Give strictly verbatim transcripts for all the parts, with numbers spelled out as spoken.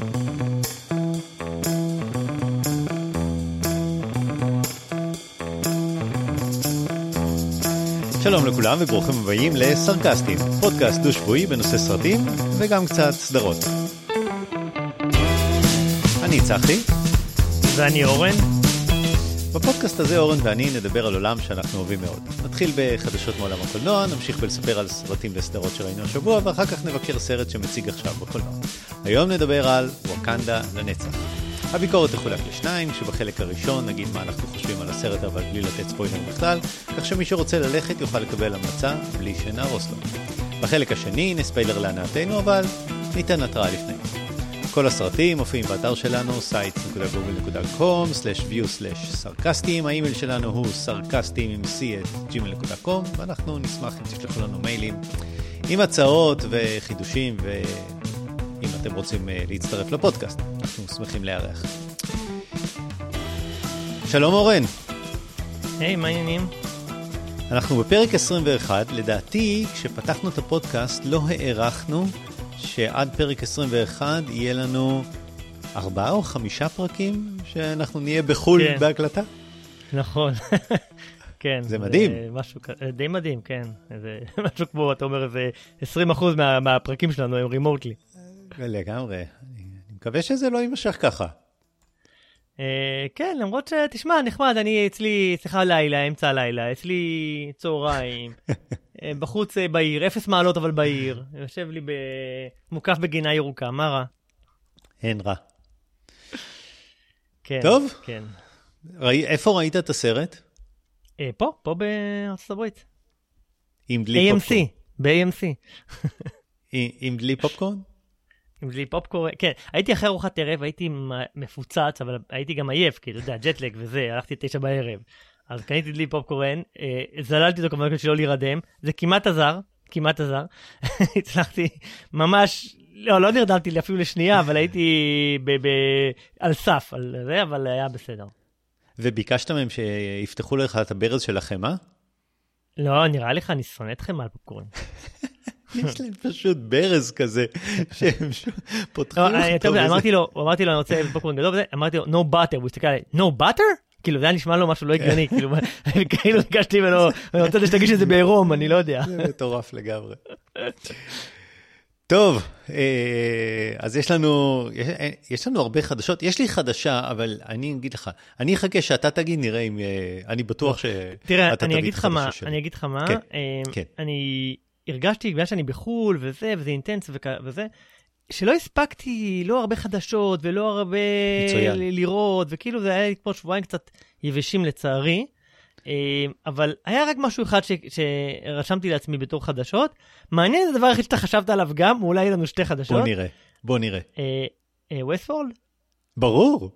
שלום לכולם וברוכים הבאים לסרקסטים, פודקאסט דו-שבועי בנושא סרטים וגם קצת סדרות. אני צחי. ואני אורן. בפודקאסט הזה אורן ואני נדבר על עולם שאנחנו אוהבים מאוד. נתחיל בחדשות מעולם הקולנוע, נמשיך בלספר על סרטים וסדרות שראינו השבוע, ואחר כך נבקר סרט שמציג עכשיו בקולנוע. היום נדבר על ווקנדה לנצח. הביקורת תחולק לשניים, שבחלק הראשון נגיד מה אנחנו חושבים על הסרט אבל בלי לתת ספוילר בכלל, כך שמי שרוצה ללכת יוכל לקבל המלצה בלי שנהרוס לו. בחלק השני נספיילר להנאתנו, אבל ניתן התראה לפני. כל הסרטים מופיעים באתר שלנו, סייט דוט גוגל דוט קום סלאש ויו סלאש סרקסטים, האימייל שלנו הוא סרקסטים עם סי את ג'ימייל דוט קום, ואנחנו נשמח אם תשלחו לנו מיילים עם הצעות וחידושים, ואם אתם רוצים להצטרף לפודקאסט, אנחנו שמחים לארח. שלום אורן. היי, מה העניינים? אנחנו בפרק עשרים ואחת, לדעתי כשפתחנו את הפודקאסט לא הערכנו שעד פרק עשרים ואחת יהיה לנו ארבעה או חמישה פרקים שאנחנו נהיה בחול כן. בהקלטה. נכון. כן. זה מדהים. זה משהו די מדהים, כן. זה משהו כמו, אתה אומר, זה עשרים אחוז מה, מהפרקים שלנו הם רימוטלי. לגמרי. אני מקווה שזה לא יימשך ככה. כן, למרות שתשמע, נחמד, אני אצלי, סליחה לילה, אמצע הלילה, אצלי צהריים, בחוץ בעיר, אפס מעלות אבל בעיר, יושב לי מוקף בגינה ירוקה, מה רע? אין רע. כן. טוב? כן. איפה ראית את הסרט? פה, פה בארצות הברית. עם דלי פופקורן. איי אם סי, ב-איי אם סי. עם דלי פופקורן? עם דלי פופקורן, כן, הייתי אחרי ארוחת ערב, הייתי מפוצץ, אבל הייתי גם עייף, כי אתה יודע, ג'טלג וזה, הלכתי תשע בערב, אז קניתי דלי פופקורן, אה, זללתי אותו כמובן שלא להירדם, זה כמעט עזר, כמעט עזר, הצלחתי ממש, לא, לא נרדמתי לי אפילו לשנייה, אבל הייתי ב- ב- על סף, על זה, אבל היה בסדר. וביקשת מהם שיפתחו לך את הברז שלכם, אה? לא, נראה לך, אני שונא אתכם על פופקורן. יש להם פשוט ברז כזה, שהם פותחים אותו. אמרתי לו, אמרתי לו, אני רוצה פופקורן גדול, אמרתי לו, no butter, הוא הסתכל עליי, no butter? כאילו, זה היה נשמע לו משהו לא הגיוני, כאילו, כאילו, הגשתי ממנו, אני רוצה שתגיש את זה בעירום, אני לא יודע. זה מטורף לגמרי. טוב, אז יש לנו, יש לנו הרבה חדשות, יש לי חדשה, אבל אני אגיד לך, אני אחכה שאתה תגיד, נראה אם, אני בטוח שאתה תביא את חדשה שלי. אני אגיד לך מה, אני הרגשתי, בגלל שאני בחול וזה, וזה אינטנס וזה, שלא הספקתי לא הרבה חדשות ולא הרבה לראות, וכאילו זה היה כמו שבועיים קצת יבשים לצערי, אבל היה רק משהו אחד שרשמתי לעצמי בתור חדשות. מעניין, זה דבר הכי שאתה חשבת עליו גם, אולי יהיה לנו שתי חדשות. בוא נראה, בוא נראה. ווסטוורלד? ברור.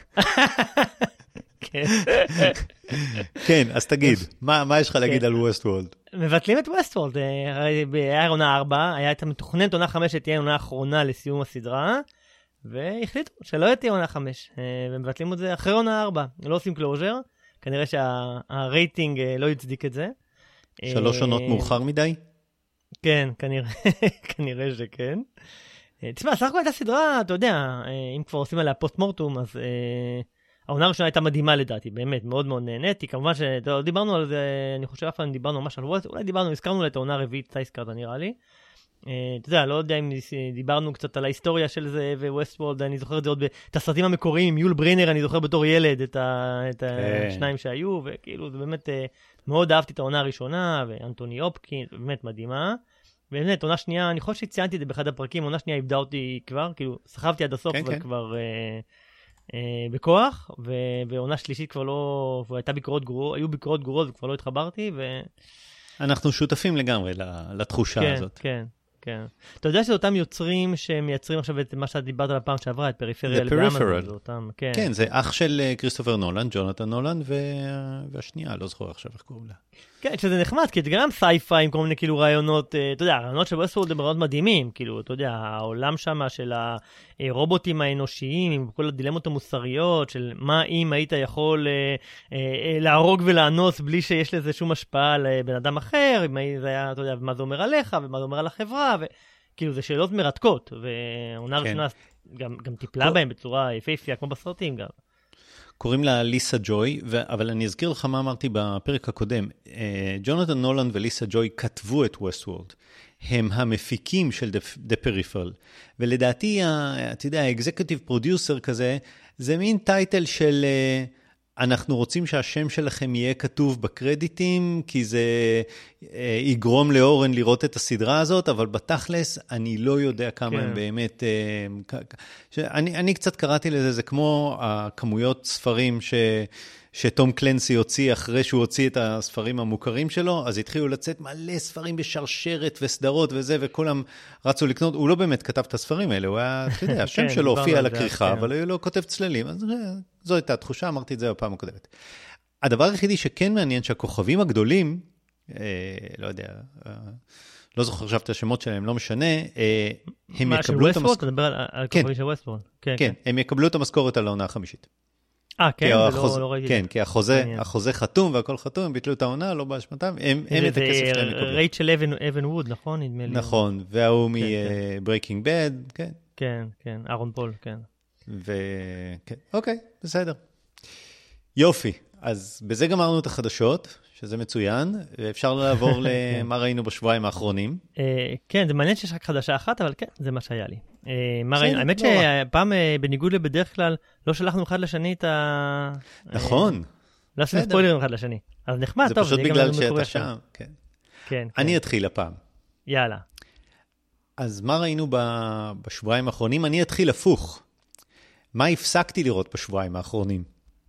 כן. כן, אז תגיד, מה יש לך להגיד על ווסטוורלד? מבטלים את ווסטוורלד, היה עונה ארבע, היה את המתוכננת עונה חמש שתהיה עונה אחרונה לסיום הסדרה, והחליטו שלא תהיה עונה חמש, ומבטלים את זה אחרי עונה ארבע, לא עושים קלוז'ר, כנראה שהרייטינג לא יצדיק את זה. שלוש עונות מאוחר מדי? כן, כנראה, כנראה שכן. תשמע, סך הכל הייתה סדרה, אתה יודע, אם כבר עושים עליה פוסט מורטום, אז העונה הראשונה הייתה מדהימה לדעתי, באמת, מאוד מאוד נהניתי, כמובן שדיברנו על זה, אני חושב אף פעם דיברנו ממש על ווסט, אולי דיברנו, הזכרנו את העונה הרביעית, אתה הזכרת נראה לי. אתה יודע, לא יודע אם דיברנו קצת על ההיסטוריה של זה, וווסטוורלד, אני זוכר את זה עוד, את הסרטים המקוריים, עם יול ברינר, אני זוכר בתור ילד את השניים שהיו, וכאילו, זה באמת, מאוד אהבתי את העונה הראשונה, ואנטוני הופקינס, באמת מדהימה. באמת, עונה שנייה, אני חושב שציינתי את זה באחד הפרקים, עונה שנייה איבדה אותי כבר, כאילו, סחבתי עד הסוף, אבל כבר בכוח, ועונה שלישית כבר לא, והייתה ביקורות גרועות, היו ביקורות גרועות וכבר לא התחברתי, ו... אנחנו שותפים לגמרי לתחושה הזאת. כן, כן. אתה יודע שזה אותם יוצרים שמייצרים עכשיו את מה שאתה דיברת על הפעם שעברה, את פריפריה באמזון. כן, זה אח של כריסטופר נולן, ג'ונתן נולן, והשנייה, לא זוכר עכשיו איך קוראים לה. כן, שזה נחמד, כי זה גם סייפיי עם כל מיני כאילו רעיונות, אתה יודע, רעיונות של ווסטוורלד הם רעיונות מדהימים, כאילו, אתה יודע, העולם שם של הרובוטים האנושיים, עם כל הדילמות המוסריות, של מה אם היית יכול להרוג ולאנוס בלי שיש לזה שום השפעה על בן אדם אחר, אם זה היה, אתה יודע, מה זה אומר עליך, ומה זה אומר על החברה, כאילו, זה שאלות מרתקות, והעונה הראשונה גם, גם טיפלה בהם בצורה יפהפייה, כמו בסרטים גם. קוראים לה ליסה ג'וי, אבל אני אזכיר לך מה אמרתי בפרק הקודם. ג'ונתן נולן וליסה ג'וי כתבו את ווסטוורלד. הם המפיקים של The Peripheral. ולדעתי, אתה יודע, ה-executive producer כזה, זה מין טייטל של... אנחנו רוצים שהשם שלכם יהיה כתוב בקרדיטים, כי זה אה, יגרום לאורן לראות את הסדרה הזאת, אבל בתכלס אני לא יודע כמה כן. הם באמת... אה, ש... אני, אני קצת קראתי לזה, זה כמו הכמויות ספרים ש... שתום קלנסי הוציא אחרי שהוא הוציא את הספרים המוכרים שלו, אז התחילו לצאת מלא ספרים בשרשרת וסדרות וזה, וכולם רצו לקנות, הוא לא באמת כתב את הספרים האלה, הוא היה, אתה יודע, השם שלו הופיע על הכריכה, אבל הוא לא כותב צללים, אז זו הייתה התחושה, אמרתי את זה בפעם הקודמת. הדבר היחידי שכן מעניין, שהכוכבים הגדולים, לא יודע, לא זוכר עכשיו את השמות שלהם, לא משנה, הם יקבלו את המשכורת. אתה מדבר על הכוכבים של ווסטוורלד? כן, הם יקבלו את המשכורת על העונה החמישית. אה, כן? החוז... לא ראיתי. כן, כי החוזה, החוזה חתום והכל חתום, הם ביטלו את העונה, לא באשמתם, הם, הם את הכסף שלהם יקבלו. רייצ'ל אבן ווד, נכון? נדמה לי. נכון, והוא מ-Breaking Bad, כן. כן, כן, אהרון פול, כן. וכן, אוקיי, בסדר. יופי, אז בזה גמרנו את החדשות, שזה מצוין, ואפשר לעבור למה ראינו בשבועיים האחרונים. כן, זה מעניין שיש רק חדשה אחת, אבל כן, זה מה שהיה לי. האמת שפעם, בניגוד לבדרך כלל, לא שלחנו אחד לשני את ה... נכון. לא עשינו ספוילרים אחד לשני. אז נחמד, טוב. זה פשוט בגלל שאתה שם. כן. אני אתחיל הפעם. יאללה. אז מה ראינו בשבועיים האחרונים? אני אתחיל הפוך. מה הפסקתי לראות בשבועיים האחרונים?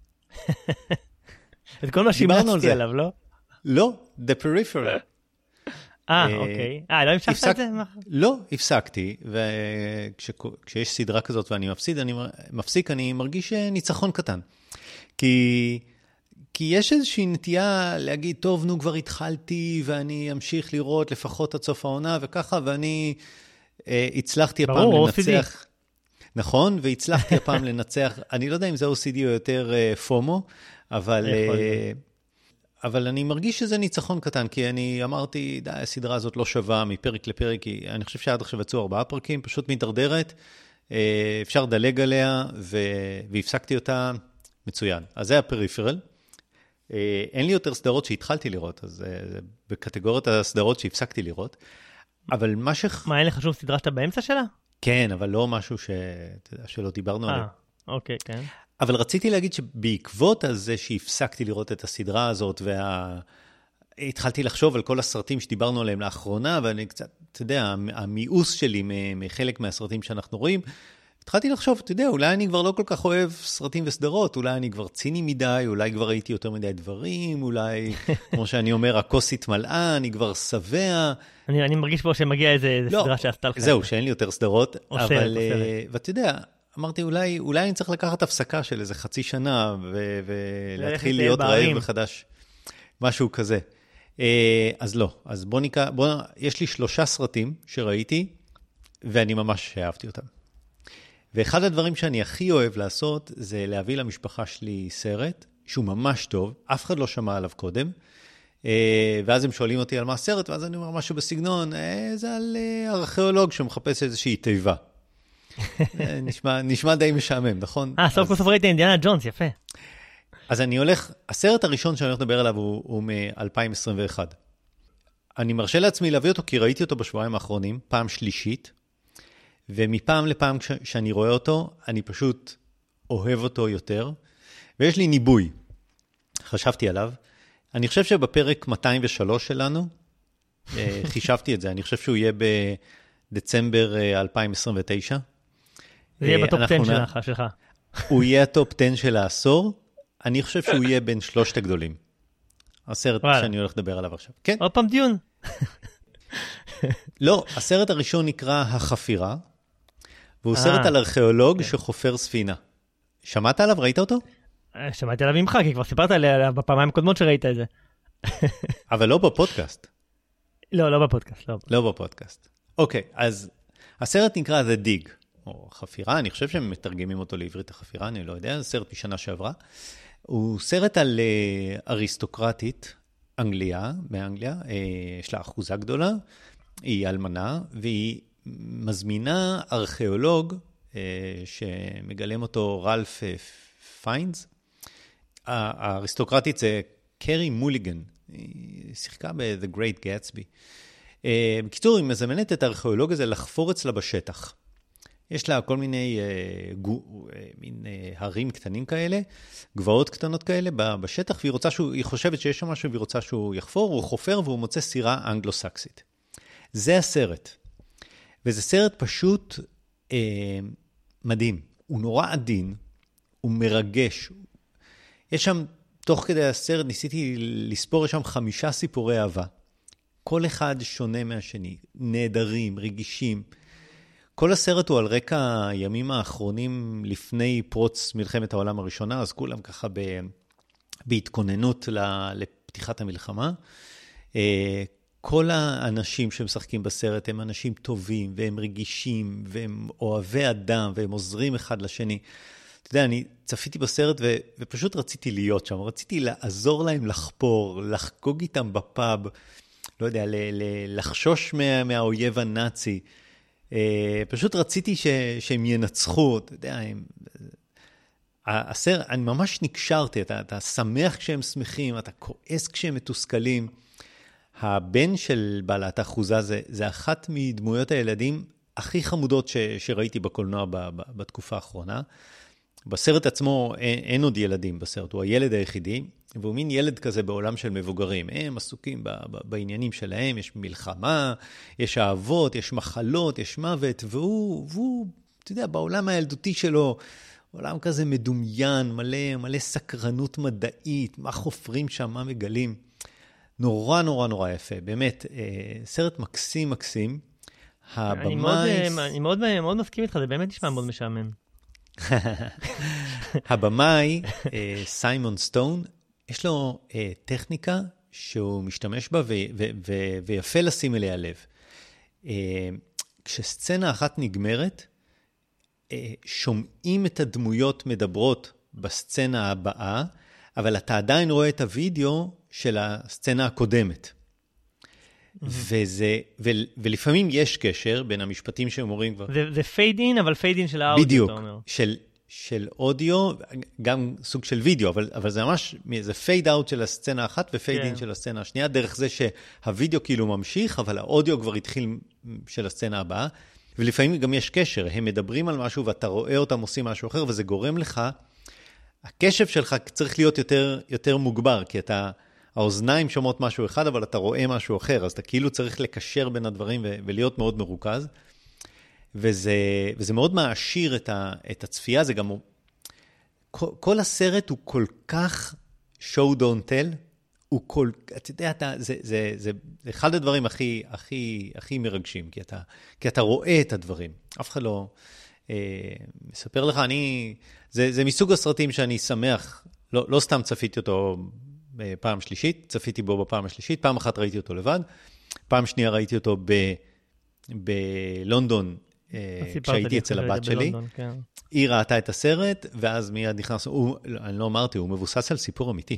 את כל מה שימצתי עליו, לא? לא, The Peripheral. אה, אוקיי. אה, לא המשכת את זה? לא, הפסקתי, וכשיש סדרה כזאת ואני מפסיד, אני מפסיק, אני מרגיש ניצחון קטן. כי כי יש איזושהי נטייה להגיד, טוב, נו, כבר התחלתי, ואני אמשיך לראות לפחות עד סוף העונה, וככה, ואני הצלחתי הפעם לנצח... נכון, והצלחתי הפעם לנצח, אני לא יודע אם זה או סי די או יותר פומו, אבל... אבל אני מרגיש שזה ניצחון קטן, כי אני אמרתי, די, הסדרה הזאת לא שווה מפרק לפרק, כי אני חושב שעד עכשיו יצאו ארבעה פרקים, פשוט מתדרדרת, אפשר לדלג עליה, והפסקתי אותה מצוין. אז זה הפריפרל. אין לי יותר סדרות שהתחלתי לראות, אז זה בקטגוריית הסדרות שהפסקתי לראות, אבל מה ש... מה, אין לך שום סדרה שאתה באמצע שלה? כן, אבל לא משהו ש... שלא דיברנו עליו. אוקיי, כן. אבל רציתי להגיד שבעקבות הזה שהפסקתי לראות את הסדרה הזאת, והתחלתי לחשוב על כל הסרטים שדיברנו עליהם לאחרונה, ואני קצת, אתה יודע, המיאוס שלי מחלק מהסרטים שאנחנו רואים, התחלתי לחשוב, אתה יודע, אולי אני כבר לא כל כך אוהב סרטים וסדרות, אולי אני כבר ציני מדי, אולי כבר ראיתי יותר מדי דברים, אולי, כמו שאני אומר, הכוס התמלאה, אני כבר שבע. אני, אני מרגיש פה שמגיע איזה לא, סדרה שעשתה לך. זהו, שאין לי יותר סדרות, אבל, ואתה יודע, אמרתי, אולי, אולי אני צריך לקחת הפסקה של איזה חצי שנה, ו- ולהתחיל להיות רעב מחדש, משהו כזה. אז לא, אז בוא ניקח, בוא, יש לי שלושה סרטים שראיתי, ואני ממש אהבתי אותם. ואחד הדברים שאני הכי אוהב לעשות, זה להביא למשפחה שלי סרט, שהוא ממש טוב, אף אחד לא שמע עליו קודם, ואז הם שואלים אותי על מה הסרט, ואז אני אומר משהו בסגנון, זה על ארכיאולוג שמחפש איזושהי תיבה. נשמע, נשמע די משעמם, נכון? אה, סוף כל סוף ראיתי אינדיאנה ג'ונס, יפה. אז אני הולך, הסרט הראשון שאני הולך לדבר עליו הוא, הוא מ-אלפיים עשרים ואחת. אני מרשה לעצמי להביא אותו, כי ראיתי אותו בשבועיים האחרונים, פעם שלישית, ומפעם לפעם כשאני רואה אותו, אני פשוט אוהב אותו יותר, ויש לי ניבוי. חשבתי עליו. אני חושב שבפרק מאתיים ושלוש שלנו, חישבתי את זה, אני חושב שהוא יהיה בדצמבר אלפיים עשרים ותשע. זה יהיה בטופ עשר שלך, שלך. הוא יהיה הטופ עשר של העשור, אני חושב שהוא יהיה בין שלושת הגדולים. הסרט שאני הולך לדבר עליו עכשיו. כן. עוד פעם דיון. לא, הסרט הראשון נקרא החפירה, והוא סרט על ארכיאולוג שחופר ספינה. שמעת עליו? ראית אותו? שמעתי עליו ממך, כי כבר סיפרת עליו בפעמיים קודמות שראית את זה. אבל לא בפודקאסט. לא, לא בפודקאסט. לא בפודקאסט. אוקיי, אז הסרט נקרא The Dig, או חפירה, אני חושב שהם מתרגמים אותו לעברית החפירה, אני לא יודע, זה סרט משנה שעברה. הוא סרט על אריסטוקרטית, אנגליה, באנגליה, יש לה אחוזה גדולה, היא אלמנה, והיא מזמינה ארכיאולוג, שמגלם אותו רלף פיינס. האריסטוקרטית זה קרי מוליגן, היא שיחקה ב-The Great Gatsby. בקיצור, היא מזמנת את הארכיאולוג הזה לחפור אצלה בשטח. יש לה כל מיני מין הרים קטנים כאלה, גבעות קטנות כאלה בשטח, והיא רוצה שהוא, היא חושבת שיש שם משהו והיא רוצה שהוא יחפור, הוא חופר והוא מוצא סירה אנגלו-סקסית. זה הסרט. וזה סרט פשוט אה, מדהים. הוא נורא עדין, הוא מרגש. יש שם, תוך כדי הסרט, ניסיתי לספור, יש שם חמישה סיפורי אהבה. כל אחד שונה מהשני, נהדרים, רגישים. כל הסרט הוא על רקע הימים האחרונים לפני פרוץ מלחמת העולם הראשונה, אז כולם ככה ב, בהתכוננות לפתיחת המלחמה. כל האנשים שמשחקים בסרט הם אנשים טובים, והם רגישים, והם אוהבי אדם, והם עוזרים אחד לשני. אתה יודע, אני צפיתי בסרט ו, ופשוט רציתי להיות שם, רציתי לעזור להם לחפור, לחגוג איתם בפאב, לא יודע, ל, ל, לחשוש מה, מהאויב הנאצי. פשוט רציתי ש, שהם ינצחו, אתה יודע, הם... הסרט, אני ממש נקשרתי, אתה, אתה שמח כשהם שמחים, אתה כועס כשהם מתוסכלים. הבן של בעלת האחוזה זה, זה אחת מדמויות הילדים הכי חמודות ש, שראיתי בקולנוע ב, ב, בתקופה האחרונה. בסרט עצמו אין, אין עוד ילדים בסרט, הוא הילד היחידי, והוא מין ילד כזה בעולם של מבוגרים. הם עסוקים ב, ב, בעניינים שלהם, יש מלחמה, יש אהבות, יש מחלות, יש מוות, והוא, והוא, אתה יודע, בעולם הילדותי שלו, עולם כזה מדומיין, מלא, מלא סקרנות מדעית, מה חופרים שם, מה מגלים. נורא נורא נורא יפה, באמת, סרט מקסים מקסים. אני מאוד, אני מאוד, מאוד מסכים איתך, זה באמת נשמע מאוד משעמם. הבמאי, סיימון סטון, יש לו טכניקה שהוא משתמש בה, ויפה לשים אליה לב. כשסצנה אחת נגמרת, שומעים את הדמויות מדברות בסצנה הבאה, אבל אתה עדיין רואה את הוידאו של הסצנה הקודמת. וזה, ו, ולפעמים יש קשר בין המשפטים שהם אומרים כבר. זה, זה פייד אין, אבל פייד אין של האודיו, בדיוק, אתה אומר. של, של אודיו, גם סוג של וידאו, אבל, אבל זה ממש, זה פייד אאוט של הסצנה האחת, ופייד אין של הסצנה השנייה, דרך זה שהוידאו כאילו ממשיך, אבל האודיו כבר התחיל של הסצנה הבאה, ולפעמים גם יש קשר, הם מדברים על משהו, ואתה רואה אותם עושים משהו אחר, וזה גורם לך, הקשב שלך צריך להיות יותר, יותר מוגבר, כי אתה, האוזניים שומעות משהו אחד, אבל אתה רואה משהו אחר, אז אתה כאילו צריך לקשר בין הדברים ו- ולהיות מאוד מרוכז, וזה, וזה מאוד מעשיר את, ה- את הצפייה, זה גם, כל, כל הסרט הוא כל כך show don't tell, הוא כל, אתה יודע, אתה, זה, זה, זה, זה אחד הדברים הכי, הכי, הכי מרגשים, כי אתה, כי אתה רואה את הדברים, אף אחד לא, אה, מספר לך, אני, זה, זה מסוג הסרטים שאני שמח, לא, לא סתם צפיתי אותו פעם שלישית, צפיתי בו בפעם השלישית, פעם אחת ראיתי אותו לבד, פעם שנייה ראיתי אותו ב, בלונדון, כשהייתי אצל הבת שלי, כן. היא ראתה את הסרט, ואז מיד נכנסנו, הוא, אני לא אמרתי, הוא מבוסס על סיפור אמיתי.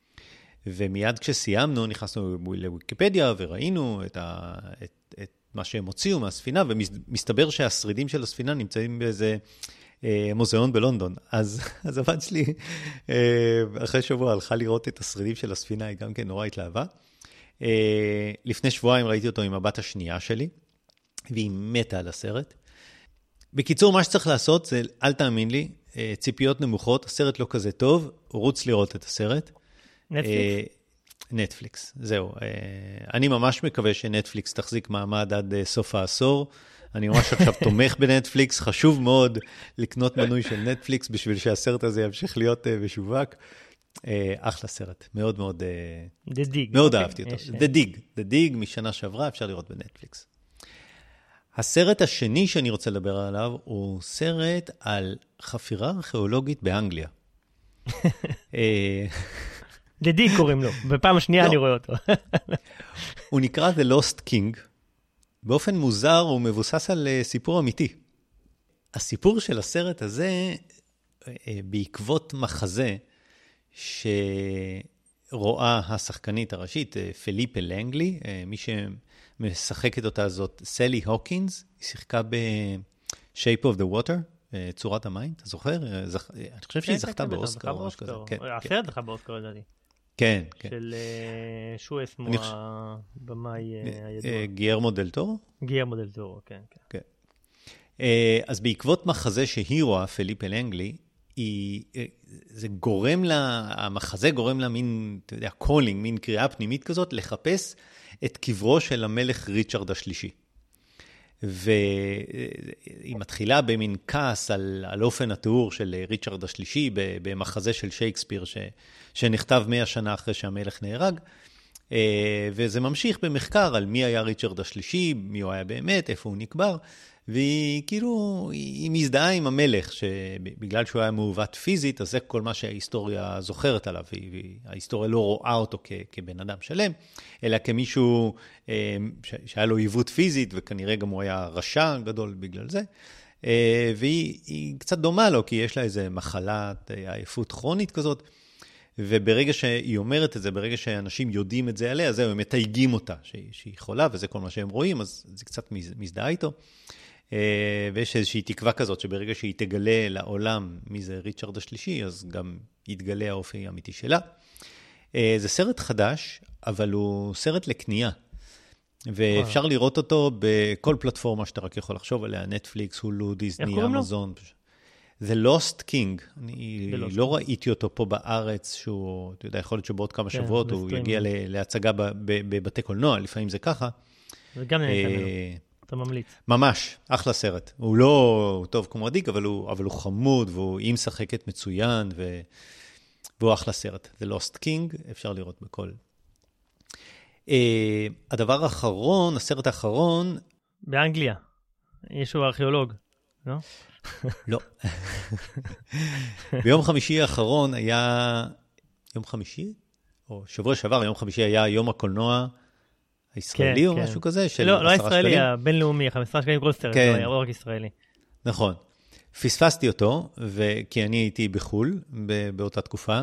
ומיד כשסיימנו, נכנסנו לוויקיפדיה, וראינו את, ה, את, את מה שהם הוציאו מהספינה, ומסתבר שהשרידים של הספינה נמצאים באיזה אה, מוזיאון בלונדון. אז, אז הבת שלי, אה, אחרי שבוע, הלכה לראות את השרידים של הספינה, היא גם כן נורא התלהבה. אה, לפני שבועיים ראיתי אותו עם הבת השנייה שלי, והיא מתה על הסרט. בקיצור, מה שצריך לעשות זה, אל תאמין לי, אה, ציפיות נמוכות, הסרט לא כזה טוב, רוץ לראות את הסרט. נטפליקס? נטפליקס, זהו. אני ממש מקווה שנטפליקס תחזיק מעמד עד סוף העשור. אני ממש עכשיו תומך בנטפליקס, חשוב מאוד לקנות מנוי של נטפליקס, בשביל שהסרט הזה ימשיך להיות משווק. אחלה סרט, מאוד מאוד, The Dig. מאוד אהבתי אותו. The Dig, The Dig משנה שעברה, אפשר לראות בנטפליקס. הסרט השני שאני רוצה לדבר עליו, הוא סרט על חפירה ארכיאולוגית באנגליה. The Dig קוראים לו, בפעם השנייה אני רואה אותו. הוא נקרא The Lost King. באופן מוזר הוא מבוסס על סיפור אמיתי. הסיפור של הסרט הזה, בעקבות מחזה, רואה השחקנית הראשית, פליפה לנגלי, מי שמשחקת אותה זאת סלי הוקינס, היא שיחקה ב-Shape of the Water, צורת המים, אתה זוכר? אני חושב שהיא זכתה באוסקר או משהו כזה. הסרט זכה באוסקר לדעתי. כן, כן. של שואס מו הבמאי הידוע. גיירמו דל טורו? גיירמו דל טורו, כן. כן. אז בעקבות מחזה שהיא רואה, פליפה לנגלי, זה גורם לה, המחזה גורם לה מין, אתה יודע, קולינג, מין קריאה פנימית כזאת, לחפש את קברו של המלך ריצ'רד השלישי. והיא מתחילה במין כעס על, על אופן התיאור של ריצ'רד השלישי, במחזה של שייקספיר, ש, שנכתב מאה שנה אחרי שהמלך נהרג, וזה ממשיך במחקר על מי היה ריצ'רד השלישי, מי הוא היה באמת, איפה הוא נקבר, והיא כאילו, היא מזדהה עם המלך, שבגלל שהוא היה מעוות פיזית, אז זה כל מה שההיסטוריה זוכרת עליו, וההיסטוריה לא רואה אותו כ, כבן אדם שלם, אלא כמישהו שהיה לו עיוות פיזית, וכנראה גם הוא היה רשע גדול בגלל זה, והיא קצת דומה לו, כי יש לה איזו מחלת עייפות כרונית כזאת, וברגע שהיא אומרת את זה, ברגע שאנשים יודעים את זה עליה, זהו, הם מתייגים אותה, שהיא, שהיא חולה, וזה כל מה שהם רואים, אז זה קצת מזדהה איתו. ויש איזושהי תקווה כזאת, שברגע שהיא תגלה לעולם מי זה ריצ'רד השלישי, אז גם יתגלה האופי האמיתי שלה. זה סרט חדש, אבל הוא סרט לקנייה. ואפשר לראות אותו בכל פלטפורמה שאתה רק יכול לחשוב עליה, נטפליקס, הולו, דיסני, אמזון. The Lost King, אני לא ראיתי אותו פה בארץ, שהוא, אתה יודע, יכול להיות שבעוד כמה שבועות הוא יגיע להצגה בבתי קולנוע, לפעמים זה ככה. וגם נהנית ממנו, אתה ממליץ. ממש, אחלה סרט. הוא לא טוב כמו עדיק, אבל הוא חמוד, והיא משחקת מצוין, והוא אחלה סרט. The Lost King, אפשר לראות בכל. הדבר האחרון, הסרט האחרון... באנגליה, ישו ארכיאולוג, לא? לא. ביום חמישי האחרון היה, יום חמישי? או שבוע שעבר, יום חמישי היה יום הקולנוע הישראלי או משהו כזה? לא, לא הישראלי, הבינלאומי, חמישה עשר שקלים כל סרט, לא רק ישראלי. נכון. פספסתי אותו, כי אני הייתי בחול באותה תקופה,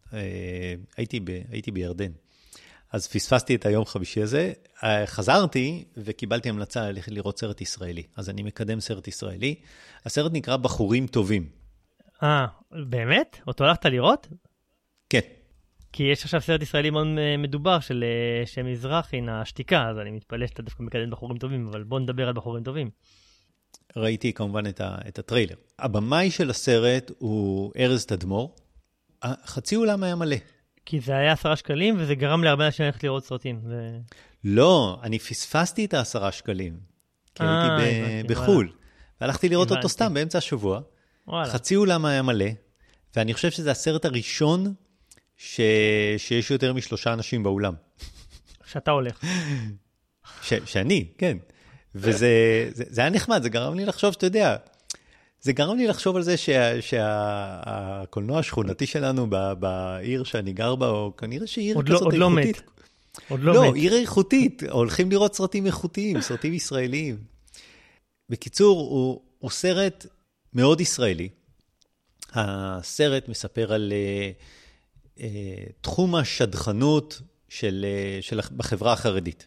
הייתי בירדן. אז פספסתי את היום חמישי הזה, חזרתי וקיבלתי המלצה לראות סרט ישראלי. אז אני מקדם סרט ישראלי. הסרט נקרא בחורים טובים. אה, באמת? אותו הלכת לראות? כן. כי יש עכשיו סרט ישראלי מאוד מדובר של שם מזרחי, השתיקה, אז אני מתפלא שאתה דווקא מקדם בחורים טובים, אבל בוא נדבר על בחורים טובים. ראיתי כמובן את, ה, את הטריילר. הבמאי של הסרט הוא ארז תדמור. חצי אולם היה מלא. כי זה היה עשרה שקלים, וזה גרם להרבה אנשים ללכת לראות סרטים. ו... לא, אני פספסתי את העשרה שקלים. כי הייתי בחול. והלכתי לראות אותו סתם באמצע השבוע. חצי אולם היה מלא. ואני חושב שזה הסרט הראשון ש... שיש יותר משלושה אנשים באולם. שאתה הולך. ש... שאני, כן. וזה זה, זה היה נחמד, זה גרם לי לחשוב, שאתה יודע, זה גרם לי לחשוב על זה שהקולנוע השכונתי שלנו בעיר שאני גר בה, או כנראה שעיר כזאת איכותית. עוד לא מת. עוד לא לא, מת. עיר איכותית, הולכים לראות סרטים איכותיים, סרטים ישראליים. בקיצור, הוא, הוא סרט מאוד ישראלי. הסרט מספר על uh, uh, תחום השדכנות של, uh, של, בחברה החרדית.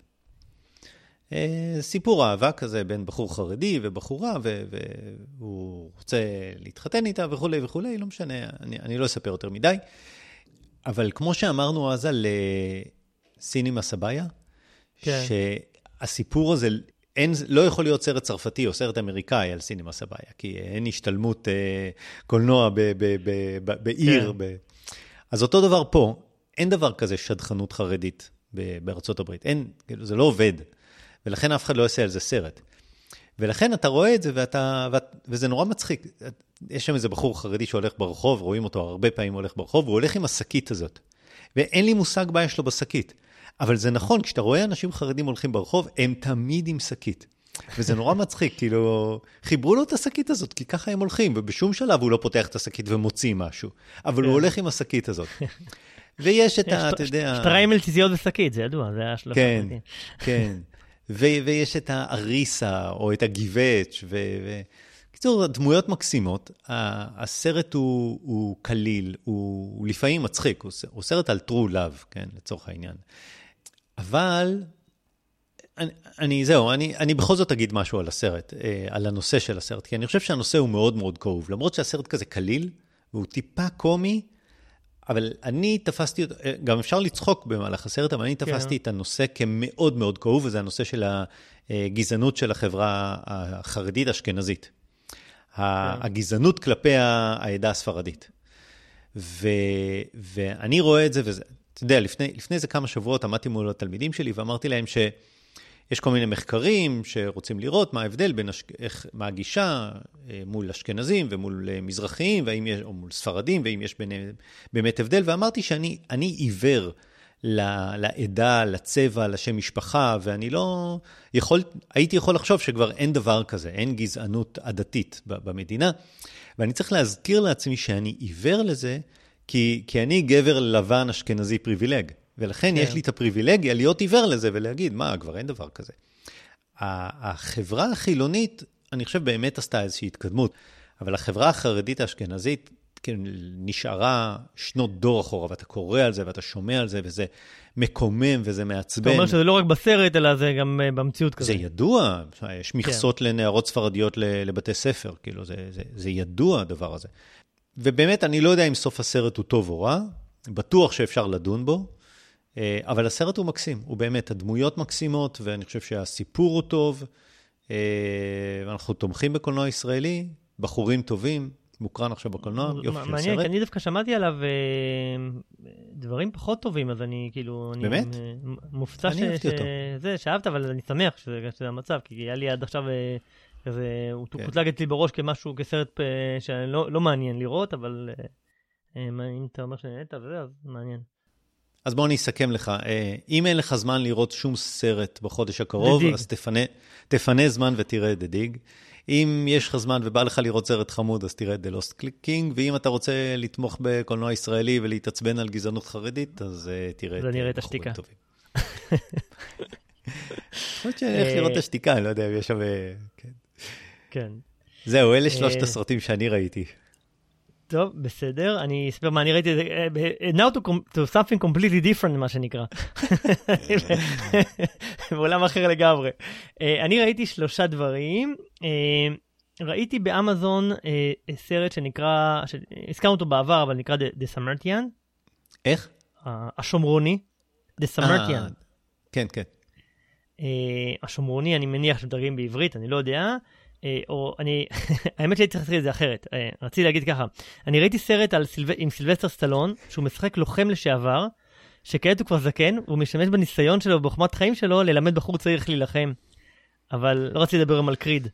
סיפור אהבה כזה בין בחור חרדי ובחורה, והוא רוצה להתחתן איתה וכו' וכו', לא משנה, אני, אני לא אספר יותר מדי. אבל כמו שאמרנו אז על סינימה סבאיה, כן. שהסיפור הזה אין, לא יכול להיות סרט צרפתי או סרט אמריקאי על סינימה סבאיה, כי אין השתלמות אה, קולנוע ב, ב, ב, ב, בעיר. כן. ב... אז אותו דבר פה, אין דבר כזה שדכנות חרדית בארצות הברית. אין, זה לא עובד. ולכן אף אחד לא יעשה על זה סרט. ולכן אתה רואה את זה, ואתה, ואת, וזה נורא מצחיק. יש שם איזה בחור חרדי שהולך ברחוב, רואים אותו הרבה פעמים הולך ברחוב, והוא הולך עם השקית הזאת. ואין לי מושג מה יש לו בשקית. אבל זה נכון, כשאתה רואה אנשים חרדים הולכים ברחוב, הם תמיד עם שקית. וזה נורא מצחיק, כאילו, חיברו לו את השקית הזאת, כי ככה הם הולכים, ובשום שלב הוא לא פותח את השקית ומוציא משהו. אבל הוא הולך עם השקית הזאת. ויש את ה, אתה יודע... שטריים אלטיזיות בשקית, זה ידוע, זה היה שלושה. כן, כן. ו- ויש את האריסה, או את הגיבץ', ו- ו- בקיצור, הדמויות מקסימות, הסרט הוא, הוא קליל, הוא, הוא לפעמים מצחיק, הוא, הוא סרט על true love, כן, לצורך העניין. אבל, אני, אני זהו, אני, אני בכל זאת אגיד משהו על הסרט, על הנושא של הסרט, כי אני חושב שהנושא הוא מאוד מאוד כאוב, למרות שהסרט כזה קליל, והוא טיפה קומי, אבל אני תפסתי, גם אפשר לצחוק במהלך הסרט, אבל אני תפסתי את הנושא כמאוד מאוד כאוב, וזה הנושא של הגזענות של החברה החרדית אשכנזית. הגזענות כלפי העדה הספרדית. ואני רואה את זה, וזה, אתה יודע, לפני, לפני זה כמה שבועות עמדתי מול התלמידים שלי, ואמרתי להם שיש כל מיני מחקרים שרוצים לראות מה ההבדל בין, איך, מה הגישה מול אשכנזים ומול מזרחיים, והאם יש, או מול ספרדים, ואם יש ביניהם באמת הבדל, ואמרתי שאני אני עיוור לעדה, לצבע, לשם משפחה, ואני לא יכול, הייתי יכול לחשוב שכבר אין דבר כזה, אין גזענות עדתית במדינה, ואני צריך להזכיר לעצמי שאני עיוור לזה, כי, כי אני גבר לבן אשכנזי פריבילג, ולכן כן. יש לי את הפריבילגיה להיות עיוור לזה, ולהגיד, מה, כבר אין דבר כזה. החברה החילונית, אני חושב באמת עשתה איזושהי התקדמות, אבל החברה החרדית האשכנזית, כן, נשארה שנות דור אחורה, ואתה קורא על זה, ואתה שומע על זה, וזה מקומם, וזה מעצבן. אתה אומר שזה לא רק בסרט, אלא זה גם במציאות כזה. זה ידוע, יש מכסות כן. לנערות ספרדיות לבתי ספר, כאילו, זה, זה, זה ידוע הדבר הזה. ובאמת, אני לא יודע אם סוף הסרט הוא טוב או רע, בטוח שאפשר לדון בו, אבל הסרט הוא מקסים, הוא באמת, הדמויות מקסימות, ואני חושב שהסיפור הוא טוב, ואנחנו תומכים בקולנוע ישראלי, בחורים טובים, מוקרן עכשיו בקולנוע, יופי של מעניין, סרט. אני דווקא שמעתי עליו דברים פחות טובים, אז אני כאילו... באמת? מופצע שזה, שאהבת, אבל אני שמח שזה המצב, כי היה לי עד עכשיו כזה, הוא קוטלג אצלי בראש כמשהו, כסרט שלא מעניין לראות, אבל אם אתה אומר שנהנית וזה, אז מעניין. אז בוא אני אסכם לך, אם אין לך זמן לראות שום סרט בחודש הקרוב, אז תפנה, תפנה זמן ותראה את דדיג. אם יש לך זמן ובא לך לראות סרט חמוד, אז תראה את The Lost King, ואם אתה רוצה לתמוך בקולנוע ישראלי ולהתעצבן על גזענות חרדית, אז תראה את בחורים טובים. חושבת שאני הולך לראות את השתיקה, אני לא יודע אם יש שם... כן. זהו, אלה שלושת הסרטים שאני ראיתי. טוב, בסדר, אני אספר מה אני ראיתי, now to, to something completely different, מה שנקרא. בעולם אחר לגמרי. אני ראיתי שלושה דברים, ראיתי באמזון סרט שנקרא, הזכרנו אותו בעבר, אבל נקרא The Samaritan. איך? השומרוני. The Samaritan. כן, כן. השומרוני, אני מניח שמתרגם בעברית, אני לא יודע. או אני, האמת שהייתי צריך להגיד את זה אחרת, רציתי להגיד ככה, אני ראיתי סרט על סילב... עם סילבסטר סטלון, שהוא משחק לוחם לשעבר, שכעת הוא כבר זקן, והוא משתמש בניסיון שלו, בחוכמת חיים שלו, ללמד בחור צעיר איך להילחם. אבל לא רציתי לדבר על קריד.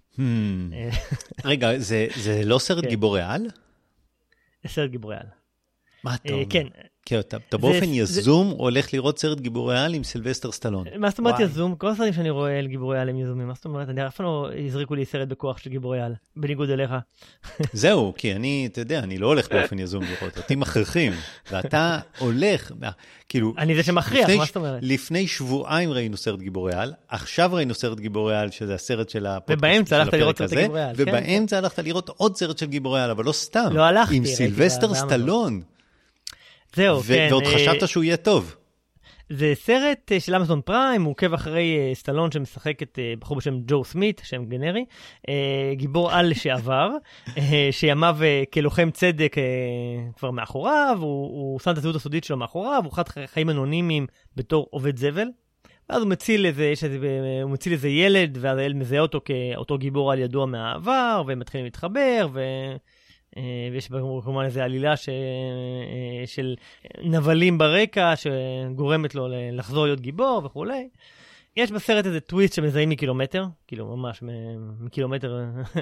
רגע, זה, זה לא סרט גיבורי על? זה סרט גיבורי על. מה אתה אומר? כן. כי אתה, אתה באופן יזום הולך לראות סרט גיבורי על עם סילבסטר סטלון. מה זאת אומרת יזום? כל הסרטים שאני רואה על גיבורי על הם יזומים. מה זאת אומרת? אני אף פעם לא הזריקו לי סרט בכוח של גיבורי על, בניגוד אליך. זהו, כי אני, אתה יודע, אני לא הולך באופן יזום לראות. אותי מכריחים, ואתה הולך, כאילו... אני זה שמכריח, מה זאת אומרת? לפני שבועיים ראינו סרט גיבורי על, עכשיו ראינו סרט גיבורי על, שזה הסרט של הפודקאסט של הפרק הזה, ובאמצע הלכת לראות עוד סרט של גיבורי על, אבל לא סתם. לא הלכתי, עם סילבסטר סטלון. זהו, ו- כן. ועוד חשבת שהוא יהיה טוב. זה סרט של אמזון פריים, הוא עוקב אחרי סטלון שמשחק את בחור בשם ג'ו סמית, שם גנרי, גיבור על לשעבר, שימיו כלוחם צדק כבר מאחוריו, הוא, הוא שם את הזהות הסודית שלו מאחוריו, הוא חד חיים אנונימיים בתור עובד זבל, ואז הוא מציל איזה, יש איזה, הוא מציל איזה ילד, ואז הילד מזהה אותו כאותו גיבור על ידוע מהעבר, והם מתחילים להתחבר, ו... ויש כמובן איזו עלילה ש... של נבלים ברקע שגורמת לו לחזור להיות גיבור וכו'. יש בסרט איזה טוויסט שמזהים מקילומטר, כאילו ממש מקילומטר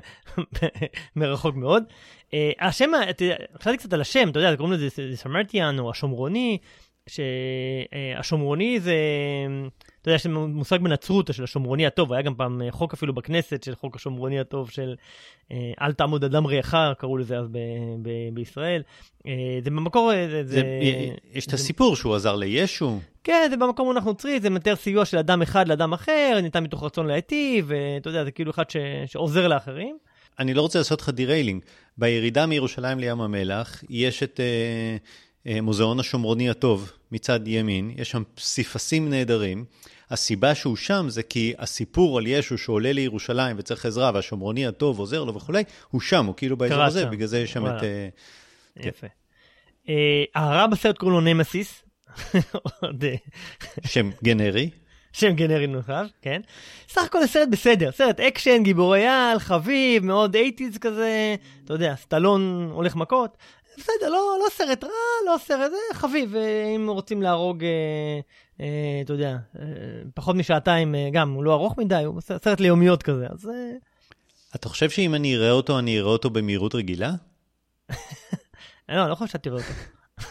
מרחוק מאוד. השם, חשבתי קצת על השם, אתה יודע, קוראים לזה סמרטיאן או השומרוני, שהשומרוני זה, אתה יודע, יש מושג בנצרות של השומרוני הטוב, היה גם פעם חוק אפילו בכנסת של חוק השומרוני הטוב של אל תעמוד אדם רעך, קראו לזה אז ב- ב- בישראל. זה במקור... זה, זה, יש את הסיפור שהוא עזר לישו. כן, זה במקום מונח נוצרי, זה מתאר סיוע של אדם אחד לאדם אחר, ניתן מתוך רצון להיטיב, ואתה יודע, זה כאילו אחד ש, שעוזר לאחרים. אני לא רוצה לעשות לך דיריילינג. בירידה מירושלים לים המלח, יש את אה, אה, מוזיאון השומרוני הטוב מצד ימין, יש שם פסיפסים נהדרים. הסיבה שהוא שם זה כי הסיפור על ישו שעולה לירושלים וצריך עזרה, והשומרוני הטוב עוזר לו וכו', הוא שם, הוא כאילו באזור הזה, בגלל זה יש שם את... אה, יפה. אה, הרע בסרט קוראים לו נמסיס. שם גנרי. שם גנרי נוסף, כן. סך הכל סרט בסדר, סרט אקשן, גיבורי על, חביב, מאוד אייטיז כזה, אתה יודע, סטלון הולך מכות, בסדר, לא, לא סרט רע, לא סרט, זה חביב, אם רוצים להרוג, אה, אה, אתה יודע, אה, פחות משעתיים, אה, גם, הוא לא ארוך מדי, הוא סרט ליומיות כזה, אז... אה... אתה חושב שאם אני אראה אותו, אני אראה אותו במהירות רגילה? לא, לא חושב שאתה תראה אותו.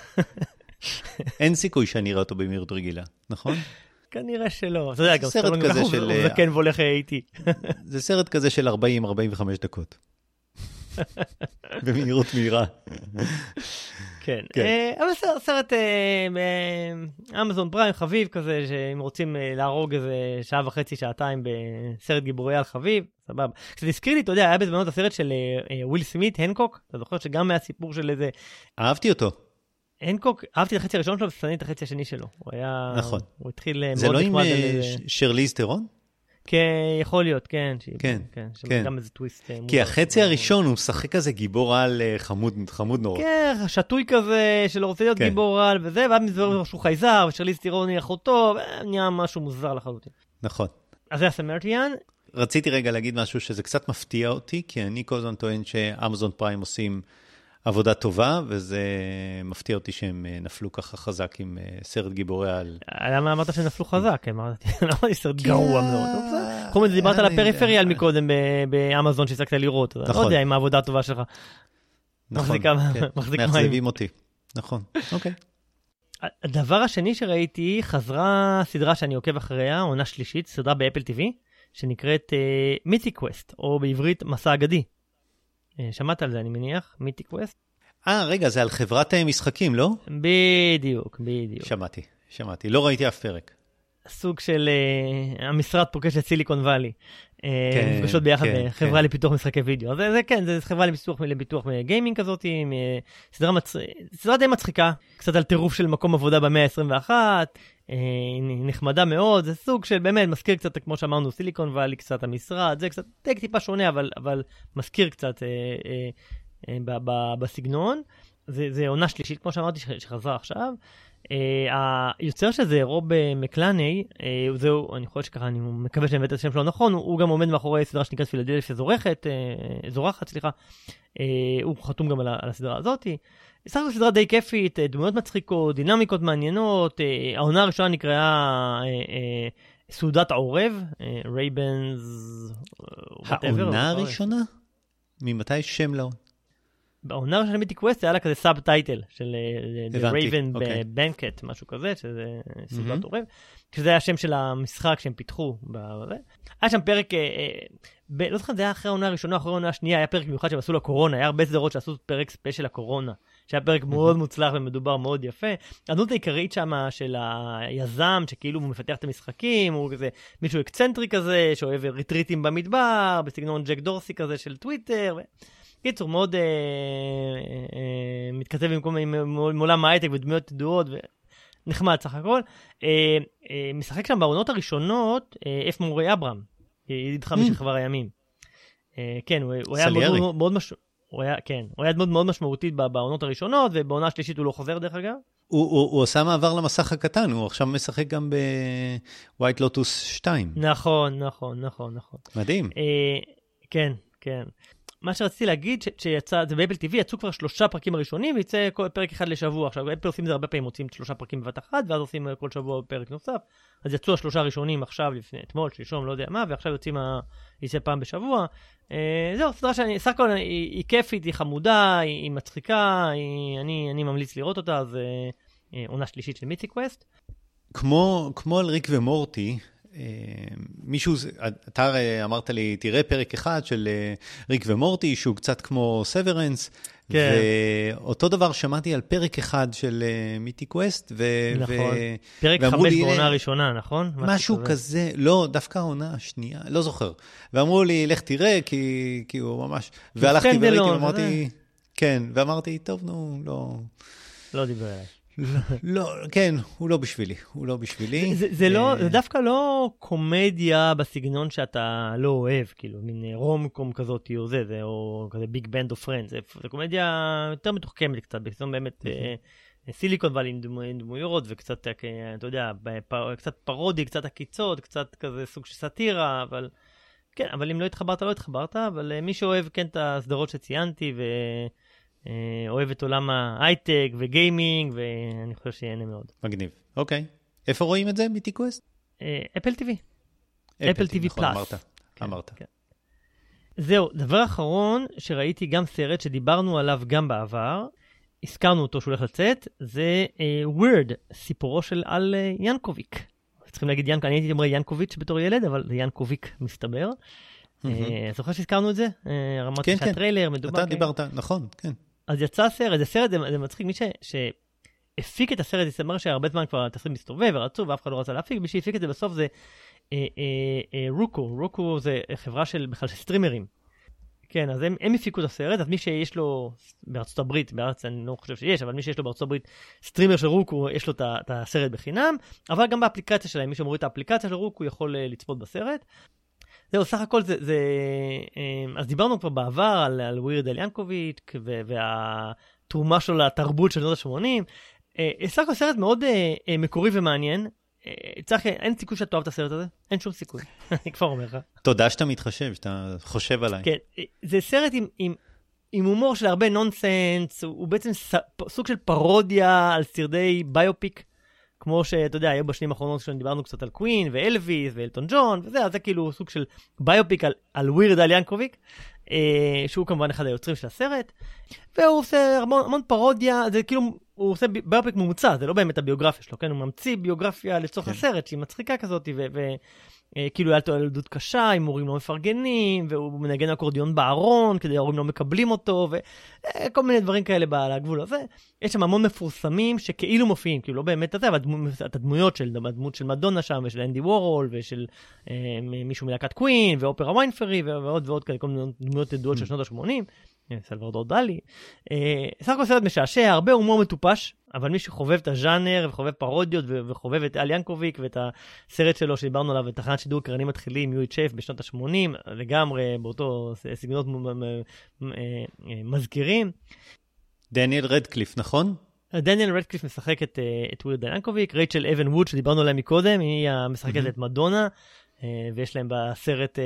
אין סיכוי שאני אראה אותו במהירות רגילה, נכון? כנראה שלא. אתה יודע, גם סרט כזה של... הוא זקן והולך איתי. זה סרט כזה של ארבעים עד ארבעים וחמש דקות. במהירות מהירה. כן. אבל סרט אמזון פריים חביב כזה, שאם רוצים להרוג איזה שעה וחצי, שעתיים בסרט גיבורי על חביב, סבבה. קצת הזכיר לי, אתה יודע, היה בזמנות הסרט של וויל סמית, הנקוק, אתה זוכר שגם היה סיפור של איזה... אהבתי אותו. הנקוק, אהבתי את החצי הראשון שלו, ושנאתי את החצי השני שלו. הוא היה... נכון. הוא התחיל מאוד... זה לא עם שרליז טרון? כן, יכול להיות, כן. כן, כן. גם איזה טוויסט. כי החצי הראשון הוא משחק כזה גיבור על חמוד נורא. כן, שטוי כזה, שלא רוצה להיות גיבור על וזה, ואז מזבר משהו חייזר, ושרליז טרון היא אחותו, נהיה משהו מוזר לחלוטין. נכון. אז זה הסמרטיאן. רציתי רגע להגיד משהו שזה קצת מפתיע אותי, כי אני כל הזמן טוען שאמזון פריים עושים עבודה טובה, וזה מפתיע אותי שהם נפלו ככה חזק עם סרט גיבורי על... למה אמרת שהם נפלו חזק? אמרתי סרט גרוע מאוד. חום, דיברת על הפריפריאל מקודם באמזון שהצלחת לראות. לא יודע אם העבודה הטובה שלך. נכון, מאכזבים אותי. נכון, אוקיי. הדבר השני שראיתי, חזרה סדרה שאני עוקב אחריה, עונה שלישית, סדרה באפל טיווי, שנקראת מית'יק קווסט, או בעברית מסע אגדי. שמעת על זה, אני מניח? מית'יק קווסט? אה, רגע, זה על חברת משחקים, לא? בדיוק, בדיוק. שמעתי, שמעתי. לא ראיתי אף פרק. סוג של uh, המשרד פוגש את סיליקון ואלי. כן, מפגשות ביחד כן, בחברה כן. לפיתוח משחקי וידאו. אז זה, זה כן, זה חברה לפיתוח, לפיתוח גיימינג כזאת, עם סדרה, מצ... סדרה די מצחיקה, קצת על טירוף של מקום עבודה במאה ה-עשרים ואחת, אה, נחמדה מאוד, זה סוג של באמת מזכיר קצת, כמו שאמרנו, סיליקון ואלי, קצת המשרד, זה קצת טיפה שונה, אבל, אבל מזכיר קצת אה, אה, אה, ב, ב, בסגנון. זה, זה עונה שלישית, כמו שאמרתי, שחזרה עכשיו. Uh, היוצר של זה, רוב מקלני, uh, זהו, אני חושב שככה, אני מקווה שאני מבטא את השם שלו נכון, הוא, הוא גם עומד מאחורי סדרה שנקראת פילדלפיה זורחת, uh, זורחת, סליחה, uh, הוא חתום גם על, על הסדרה הזאת. סך הכל סדרה די כיפית, דמויות מצחיקות, דינמיקות מעניינות, uh, העונה הראשונה נקראה uh, uh, סעודת עורב, רייבנס, uh, העונה הראשונה? ממתי שם לא? בעונה הראשונה של מית'יק קווסט היה לה כזה סאב טייטל של The Raven Banquet, משהו כזה, שזה סעודת עורב, שזה היה השם של המשחק שהם פיתחו. היה שם פרק, לא זוכר, זה היה אחרי העונה הראשונה, אחרי העונה השנייה, היה פרק מיוחד שעשו לקורונה, היה הרבה סדרות שעשו פרק ספיישל לקורונה, שהיה פרק מאוד מוצלח ומדובר מאוד יפה. הדמות העיקרית שם של היזם, שכאילו הוא מפתח את המשחקים, הוא כזה מישהו אקצנטרי כזה, שאוהב ריטריטים במדבר, בסגנון ג'ק דורסי כזה של טוויטר, קיצור, מאוד אה, אה, מתכתב במקום עם עולם ההייטק ודמויות ידועות, ונחמד סך הכל. אה, אה, משחק שם בעונות הראשונות, אה, אף מורי אברהם, ידיד חמי של חבר הימים. אה, כן, הוא, הוא היה מאוד, מאוד, מאוד מש... הוא היה, כן, הוא היה מאוד מאוד משמעותית בעונות הראשונות, ובעונה השלישית הוא לא חוזר דרך אגב. הוא, הוא, הוא עושה מעבר למסך הקטן, הוא עכשיו משחק גם בווייט לוטוס שתיים. נכון, נכון, נכון, נכון. מדהים. אה, כן, כן. מה שרציתי להגיד, שיצא, זה באפל טיווי, יצאו כבר שלושה פרקים הראשונים, ויצא כל פרק אחד לשבוע. עכשיו, אפל עושים זה הרבה פעמים, מוצאים שלושה פרקים בבת אחת, ואז עושים כל שבוע פרק נוסף. אז יצאו השלושה הראשונים עכשיו, לפני, אתמול, שלשום, לא יודע מה, ועכשיו יוצאים, יצא פעם בשבוע. אה, זהו, סדרה שאני, סך הכל, היא, היא כיפית, היא חמודה, היא, היא מצחיקה, היא, אני, אני ממליץ לראות אותה, אז אה, עונה שלישית של מית'יק קווסט. כמו, כמו על ריק ומורטי, מישהו, אתה אמרת לי, תראה פרק אחד של ריק ומורטי, שהוא קצת כמו סוורנס, כן. ואותו דבר שמעתי על פרק אחד של מיתי קווסט, ו... נכון. ו... פרק חמש בעונה הראשונה, נכון? משהו כזה. כזה, לא, דווקא העונה השנייה, לא זוכר. ואמרו לי, לך תראה, כי, כי הוא ממש... והלכתי וראיתי, ואמרתי, כן, ואמרתי, טוב, נו, לא... לא דיבר עליי. לא, לא, כן, הוא לא בשבילי, הוא לא בשבילי. זה, זה, לא, זה דווקא לא קומדיה בסגנון שאתה לא אוהב, כאילו, מין רום-קום כזאת, או זה, זה, או כזה ביג בנד או פרנד, זה, זה קומדיה יותר מתוחכמת קצת, בסגנון באמת סיליקון ואלי עם דמויות, וקצת, אתה יודע, קצת פרודי, קצת עקיצות, קצת כזה סוג של סאטירה, אבל כן, אבל אם לא התחברת, לא התחברת, אבל מי שאוהב, כן, את הסדרות שציינתי, ו... אוהב את עולם ההייטק וגיימינג, ואני חושב שיהנה מאוד. מגניב. אוקיי. איפה רואים את זה, מיתי קווסט? אפל טיווי. אפל טיווי פלאס. אמרת. אמרת. זהו, דבר אחרון שראיתי גם סרט שדיברנו עליו גם בעבר, הזכרנו אותו שהוא הולך לצאת, זה ווירד, סיפורו של אל ינקוביק. צריכים להגיד ינקוביק, אני הייתי אומר ינקוביץ' בתור ילד, אבל זה ינקוביק מסתבר. זוכר שהזכרנו את זה? רמת הטריילר, מדובר. אתה דיברת, נכון, כן. אז יצא הסרט, זה סרט, זה מצחיק, מי שהפיק את הסרט, זה אומר שהרבה זמן כבר התסריט מסתובב ורצו, ואף אחד לא רצה להפיק, מי שהפיק את זה בסוף זה רוקו, רוקו זה חברה של בכלל של סטרימרים. כן, אז הם, הם הפיקו את הסרט, אז מי שיש לו בארצות הברית, בארץ אני לא חושב שיש, אבל מי שיש לו בארצות הברית סטרימר של רוקו, יש לו את הסרט בחינם, אבל גם באפליקציה שלהם, מי שמוריד את האפליקציה של רוקו יכול לצפות בסרט. זהו, סך הכל זה, זה, אז דיברנו כבר בעבר על, על ווירד אל ינקוביץ' והתרומה שלו לתרבות של שנות ה-שמונים. סך הכל סרט מאוד מקורי ומעניין. צריך, אין סיכוי שאתה אוהב את הסרט הזה, אין שום סיכוי, אני כבר אומר לך. תודה שאתה מתחשב, שאתה חושב עליי. כן, זה סרט עם, עם, עם הומור של הרבה נונסנס, הוא, הוא בעצם סוג של פרודיה על סרטי ביופיק, כמו שאתה יודע, היו בשנים האחרונות שדיברנו קצת על קווין ואלוויס ואלטון ג'ון, וזה, אז זה כאילו סוג של ביופיק על, על ווירד אל ינקוביק, אה, שהוא כמובן אחד היוצרים של הסרט, והוא עושה המון, המון פרודיה, זה כאילו, הוא עושה ביופיק ממוצע, זה לא באמת הביוגרפיה שלו, כן? הוא ממציא ביוגרפיה לצורך כן. הסרט, שהיא מצחיקה כזאת, ו... ו כאילו היה לו ילדות קשה, עם הורים לא מפרגנים, והוא מנגן אקורדיון בארון, כדי ההורים לא מקבלים אותו, וכל מיני דברים כאלה בגבול הזה. יש שם המון מפורסמים שכאילו מופיעים, כאילו לא באמת הזה, אבל את הדמויות של, הדמות של מדונה שם, ושל אנדי וורול, ושל אה, מישהו מלהקת קווין, ואופרה ויינפרי, ועוד ועוד כאלה, כל מיני דמויות ידועות של שנות ה-שמונים, סלוודור דלי. אה, סך הכל סרט משעשע, הרבה הומור מטופש, אבל מי שחובב את הז'אנר וחובב פרודיות וחובב את אל ינקוביק ואת הסרט שלו שדיברנו עליו, את תחנת שידור קרנים מתחילים, יו אייץ' אף בשנות ה-שמונים, לגמרי באותו סגנונות מזכירים. דניאל רדקליף, נכון? דניאל רדקליף משחק את, את ווירד אל ינקוביק, רייצ'ל אבן ווד שדיברנו עליה מקודם, היא משחקת את מדונה, ויש להם בסרט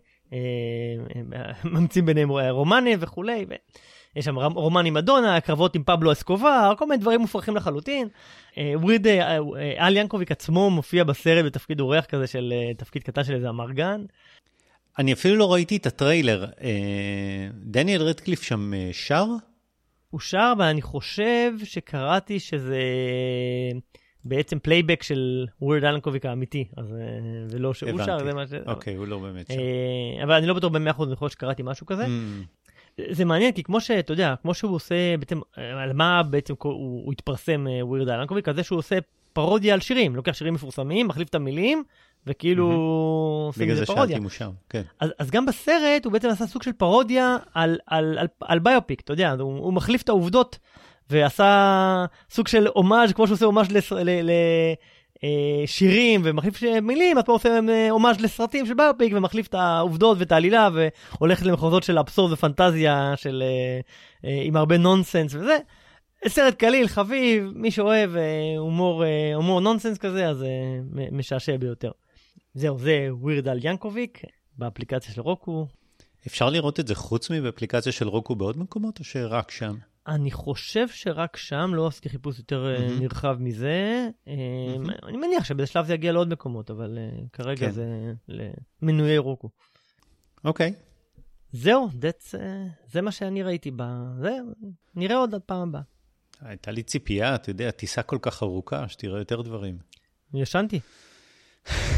ממציאים ביניהם רומנים וכולי, ו... יש שם רומן עם מדונה, הקרבות עם פבלו אסקובר, כל מיני דברים מופרכים לחלוטין. ווירד אל ינקוביק עצמו מופיע בסרט בתפקיד אורח כזה של תפקיד קטן של איזה אמרגן. אני אפילו לא ראיתי את הטריילר. דניאל רדקליף שם שר? הוא שר, ואני חושב שקראתי שזה בעצם פלייבק של ווירד אל ינקוביק האמיתי, אז ולא שהוא שר. אוקיי, הוא לא באמת שר. אבל אני לא בטוח במאה אחוז, אני חושב שקראתי משהו כזה. זה מעניין, כי כמו שאתה יודע, כמו שהוא עושה, בעצם, על מה בעצם הוא, הוא התפרסם ווירד אל ינקוביק, על זה שהוא עושה פרודיה על שירים, לוקח שירים מפורסמים, מחליף את המילים, וכאילו עושה מזה פרודיה. בגלל זה שאלתי מושר, כן. אז, אז גם בסרט הוא בעצם עשה סוג של פרודיה על, על, על, על ביופיק, אתה יודע, הוא, הוא מחליף את העובדות, ועשה סוג של אומאז' כמו שהוא עושה אומאז' לס... ל... ל... שירים ומחליף מילים, אז פה עושה אומאז' לסרטים של ביופיק ומחליף את העובדות ואת העלילה והולך למחוזות של אבסורד ופנטזיה של, עם הרבה נונסנס וזה. סרט קליל, חביב, מי שאוהב הומור, הומור נונסנס כזה, אז משעשע ביותר. זהו, זה ווירד אל ינקוביק באפליקציה של רוקו. אפשר לראות את זה חוץ מבאפליקציה של רוקו בעוד מקומות או שרק שם? אני חושב שרק שם, לא עשיתי חיפוש יותר mm-hmm. נרחב מזה. Mm-hmm. אני מניח שבשלב זה יגיע לעוד מקומות, אבל uh, כרגע כן. זה למנויי רוקו. אוקיי. Okay. זהו, that's, uh, זה מה שאני ראיתי בה. זה, נראה עוד עד פעם הבאה. הייתה לי ציפייה, אתה יודע, טיסה כל כך ארוכה, שתראה יותר דברים. ישנתי.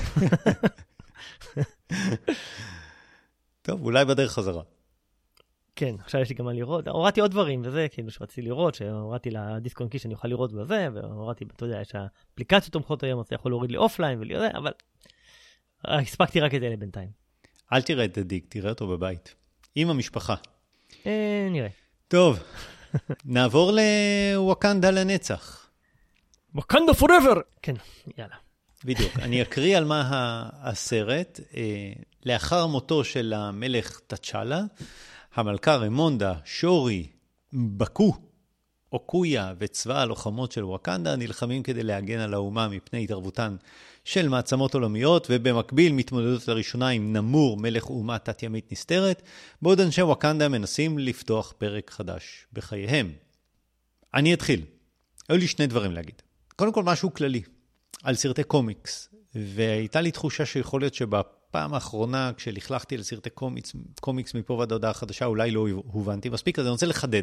טוב, אולי בדרך חזרה. כן, עכשיו יש לי גם מה לראות. הורדתי עוד דברים, וזה כאילו שרציתי לראות, שהורדתי לדיסק און קי שאני אוכל לראות בזה, והורדתי, אתה יודע, יש האפליקציות תומכות היום, אז אתה יכול להוריד לי אופליין ולראות, אבל הספקתי רק את אלה בינתיים. אל תראה את הדיק, תראה אותו בבית. עם המשפחה. אה, נראה. טוב, נעבור לווקנדה לנצח. ווקנדה פוראבר! כן, יאללה. בדיוק, אני אקריא על מה הסרט. לאחר מותו של המלך תצ'אלה, המלכה רמונדה, שורי, בקו, אוקויה וצבא הלוחמות של ווקנדה נלחמים כדי להגן על האומה מפני התערבותן של מעצמות עולמיות, ובמקביל מתמודדות לראשונה עם נמור, מלך אומה תת-ימית נסתרת, בעוד אנשי ווקנדה מנסים לפתוח פרק חדש בחייהם. אני אתחיל. היו לי שני דברים להגיד. קודם כל משהו כללי, על סרטי קומיקס, והייתה לי תחושה שיכול להיות שבפעם האחרונה, כשלכלכתי לסרטי קומיקס, קומיקס מפה ועד הודעה חדשה, אולי לא הובנתי מספיק, אז אני רוצה לחדד.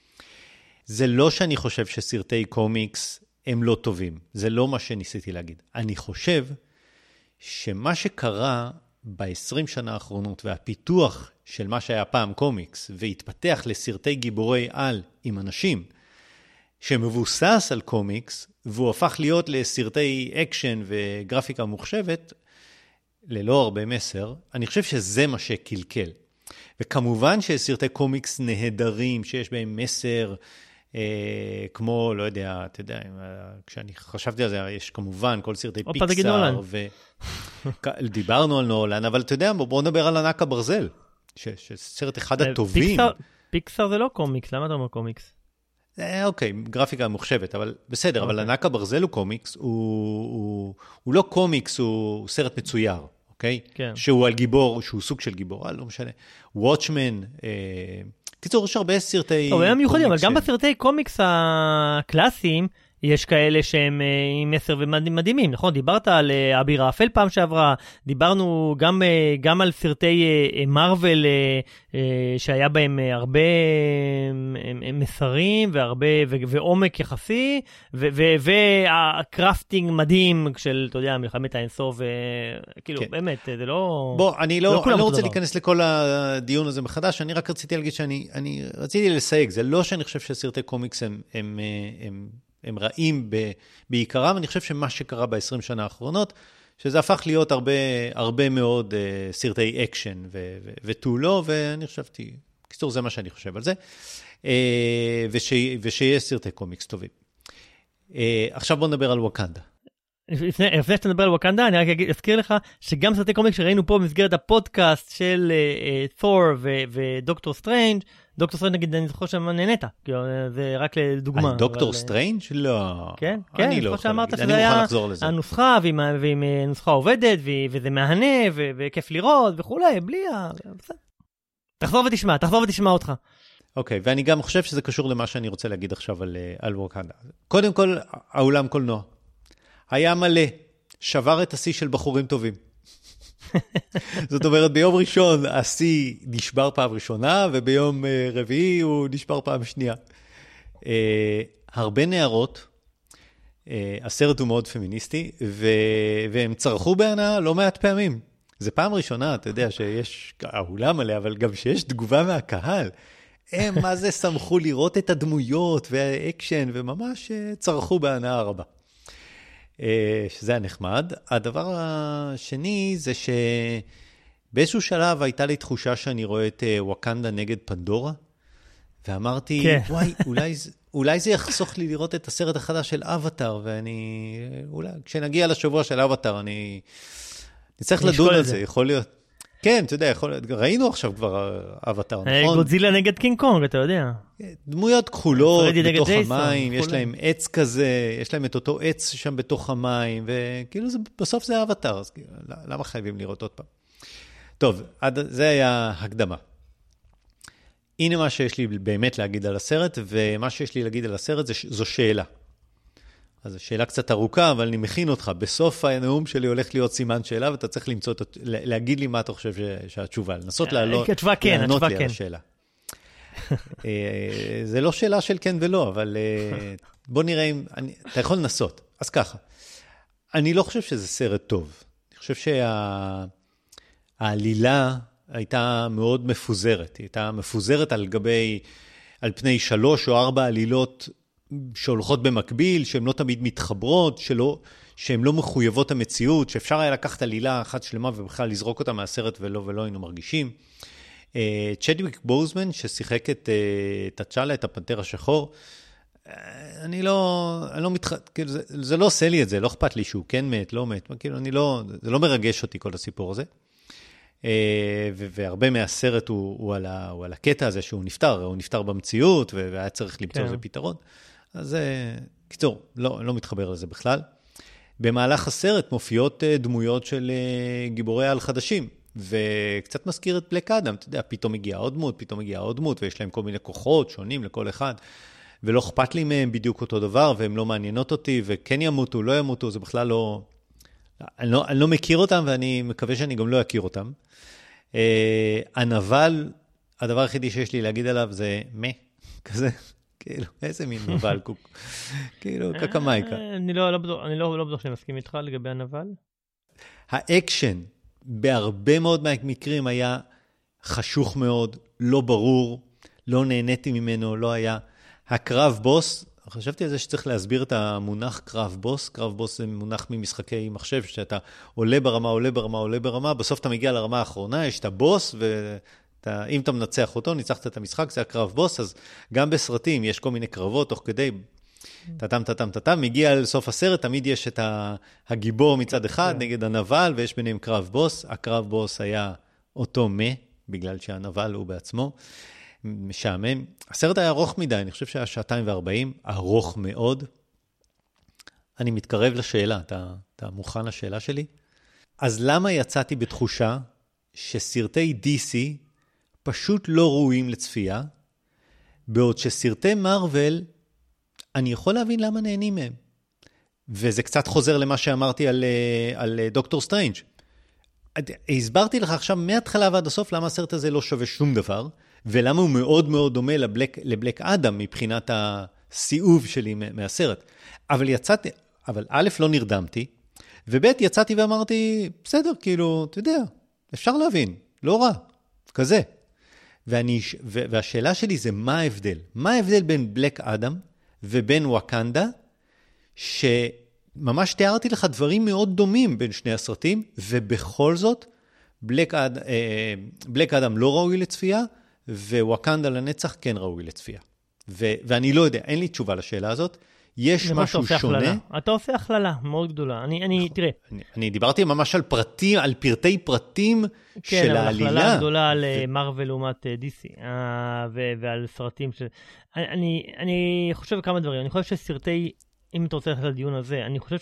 זה לא שאני חושב שסרטי קומיקס הם לא טובים. זה לא מה שניסיתי להגיד. אני חושב שמה שקרה ב-עשרים שנה האחרונות, והפיתוח של מה שהיה פעם קומיקס, והתפתח לסרטי גיבורי על עם אנשים, שמבוסס על קומיקס, והוא הפך להיות לסרטי אקשן וגרפיקה מוחשבת, ללא הרבה מסר, אני חושב שזה מה שקלקל. וכמובן שסרטי קומיקס נהדרים, שיש בהם מסר, אה, כמו, לא יודע, אתה יודע, כשאני חשבתי על זה, יש כמובן כל סרטי פיקסאר, ודיברנו על נולן, אבל אתה יודע, בואו נדבר על ענק הברזל, שסרט אחד הטובים. פיקסאר, פיקסאר זה לא קומיקס, למה אתה אומר קומיקס? אוקיי, גרפיקה מוחשבת, אבל בסדר, אבל ענק הברזל הוא קומיקס, הוא לא קומיקס, הוא סרט מצויר, אוקיי? שהוא על גיבור, שהוא סוג של גיבור, לא משנה. וואטשמן, קיצור, יש הרבה סרטי קומיקס. הם מיוחדים, אבל גם בסרטי קומיקס הקלאסיים, יש כאלה שהם עם מסר ומדהימים, נכון? דיברת על אבי רפאל פעם שעברה, דיברנו גם, גם על סרטי מרוול שהיה בהם הרבה מסרים והרבה, ועומק יחסי, והקרפטינג מדהים של, אתה יודע, מלחמת האינסוף, כאילו, באמת, זה לא... בוא, אני לא, אני לא רוצה להיכנס לכל הדיון הזה מחדש, אני רק רציתי להגיד שאני, אני רציתי לסייג, זה לא שאני חושב שסרטי קומיקס הם, הם, הם הם רעים בעיקרם. אני חושב שמה שקרה ב-עשרים שנה האחרונות, שזה הפך להיות הרבה, הרבה מאוד uh, סרטי אקשן ותו לא, ואני חשבתי, קיצור, זה מה שאני חושב על זה, uh, וש, ושיש סרטי קומיקס טובים. Uh, עכשיו בוא נדבר על ווקנדה. לפני, לפני שאתה נדבר על ווקנדה, אני רק אזכיר לך שגם סרטי קומיקס שראינו פה במסגרת הפודקאסט של תור uh, ודוקטור סטרנג', דוקטור סטרנג' נגיד, אני זוכר שם נהנית, זה רק לדוגמה. על דוקטור סטרנג'? לא. כן, כן, אני לא יכול להגיד, אני מוכן לחזור לזה. הנוסחה, ועם נוסחה עובדת, וזה מהנה, וכיף לראות, וכולי, בלי ה... תחזור ותשמע, תחזור ותשמע אותך. אוקיי, ואני גם חושב שזה קשור למה שאני רוצה להגיד עכשיו על ווקנדה. קודם כל, האולם קולנוע. היה מלא, שבר את השיא של בחורים טובים. זאת אומרת, ביום ראשון השיא נשבר פעם ראשונה, וביום רביעי הוא נשבר פעם שנייה. הרבה נערות, הסרט הוא מאוד פמיניסטי, והם צרכו בהנאה לא מעט פעמים. זה פעם ראשונה, אתה יודע, שיש האולם מלא, אבל גם שיש תגובה מהקהל. הם מה זה שמחו לראות את הדמויות והאקשן, וממש צרכו בהנאה רבה. שזה היה נחמד. הדבר השני זה שבאיזשהו שלב הייתה לי תחושה שאני רואה את ווקנדה נגד פנדורה, ואמרתי, כן. וואי, אולי, אולי זה יחסוך לי לראות את הסרט החדש של אבטר, ואני, אולי, כשנגיע לשבוע של אבטר, אני נצטרך לדון על זה, זה, יכול להיות. כן, אתה יודע, יכול להיות, ראינו עכשיו כבר אבטר, נכון? גודזילה נגד קינג קונג, אתה יודע. דמויות כחולות בתוך המים, יש להם עץ כזה, יש להם את אותו עץ שם בתוך המים, וכאילו זה, בסוף זה אבטר, אז למה חייבים לראות עוד פעם? טוב, זה היה הקדמה. הנה מה שיש לי באמת להגיד על הסרט, ומה שיש לי להגיד על הסרט זו שאלה. אז שאלה קצת ארוכה, אבל אני מכין אותך. בסוף הנאום שלי הולך להיות סימן שאלה, ואתה צריך למצוא, להגיד לי מה אתה חושב שהתשובה, לנסות לענות לי על השאלה. זה לא שאלה של כן ולא, אבל בוא נראה אם, אתה יכול לנסות. אז ככה, אני לא חושב שזה סרט טוב. אני חושב שהעלילה הייתה מאוד מפוזרת. היא הייתה מפוזרת על גבי, על פני שלוש או ארבע עלילות שהולכות במקביל, שהן לא תמיד מתחברות, שלא, שהן לא מחויבות המציאות, שאפשר היה לקחת עלילה אחת שלמה ובכלל לזרוק אותה מהסרט ולא, ולא היינו מרגישים. צ'דוויק בוזמן, ששיחק את תצ'אלה, את הפנתר השחור, אני לא, אני לא מתח... כאילו, זה, זה לא עושה לי את זה, לא אכפת לי שהוא כן מת, לא מת, כאילו, אני לא, זה לא מרגש אותי כל הסיפור הזה. והרבה מהסרט הוא, הוא, על ה, הוא על הקטע הזה שהוא נפטר, הוא נפטר במציאות, והיה צריך למצוא איזה פתרון. אז קיצור, לא, לא מתחבר לזה בכלל. במהלך הסרט מופיעות דמויות של גיבורי על חדשים, וקצת מזכיר את בלק אדם, אתה יודע, פתאום הגיעה עוד דמות, פתאום הגיעה עוד דמות, ויש להם כל מיני כוחות שונים לכל אחד, ולא אכפת לי מהם בדיוק אותו דבר, והם לא מעניינות אותי, וכן ימותו, לא ימותו, זה בכלל לא... אני לא, אני לא מכיר אותם, ואני מקווה שאני גם לא אכיר אותם. הנבל, הדבר היחידי שיש לי להגיד עליו זה מה, כזה, כאילו, איזה מין נבל, כאילו, קקמייקה. אני לא בטוח, אני לא בטוח שאני מסכים איתך לגבי הנבל. האקשן, בהרבה מאוד מהמקרים היה חשוך מאוד, לא ברור, לא נהניתי ממנו, לא היה. הקרב בוס, חשבתי על זה שצריך להסביר את המונח קרב בוס. קרב בוס זה מונח ממשחקי מחשב, שאתה עולה ברמה, עולה ברמה, עולה ברמה, בסוף אתה מגיע לרמה האחרונה, יש את הבוס, ואם אתה מנצח אותו, ניצחת את המשחק, זה הקרב בוס, אז גם בסרטים יש כל מיני קרבות, תוך כדי, תתם, תתם, תתם, מגיע לסוף הסרט, תמיד יש את הגיבור מצד אחד, נגד הנבל, ויש ביניהם קרב בוס. הקרב בוס היה אותו מה, בגלל שהנבל הוא בעצמו. משעמם. הסרט היה ארוך מדי, אני חושב שהיה שעתיים וארבעים, ארוך מאוד. אני מתקרב לשאלה, אתה, אתה מוכן לשאלה שלי? אז למה יצאתי בתחושה שסרטי די סי פשוט לא ראויים לצפייה, בעוד שסרטי מרוול, אני יכול להבין למה נהנים מהם. וזה קצת חוזר למה שאמרתי על, על דוקטור סטרנג'. הסברתי לך עכשיו מההתחלה ועד הסוף למה הסרט הזה לא שווה שום דבר, ולמה הוא מאוד מאוד דומה לבלק, לבלק אדם מבחינת הסיאוב שלי מהסרט. אבל יצאתי, אבל א' לא נרדמתי, וב' יצאתי ואמרתי, בסדר, כאילו, אתה יודע, אפשר להבין, לא רע, כזה. ואני, והשאלה שלי זה מה ההבדל? מה ההבדל בין בלק אדם ובין וואקנדה, שממש תיארתי לך דברים מאוד דומים בין שני הסרטים, ובכל זאת, בלק, אד, אה, בלק אדם לא ראוי לצפייה, ווואקנדה לנצח כן ראוי לצפייה. ו- ואני לא יודע, אין לי תשובה לשאלה הזאת. יש משהו שונה. הכללה. אתה עושה הכללה מאוד גדולה. אני, אני, תראה. אני, אני דיברתי ממש על פרטים, על פרטי פרטים כן, של העלילה. כן, הכללה גדולה על ו... מרוול לעומת די סי, ו- ועל סרטים של... אני, אני, אני חושב כמה דברים. אני חושב שסרטי, אם אתה רוצה ללכת לדיון הזה, אני חושב ש...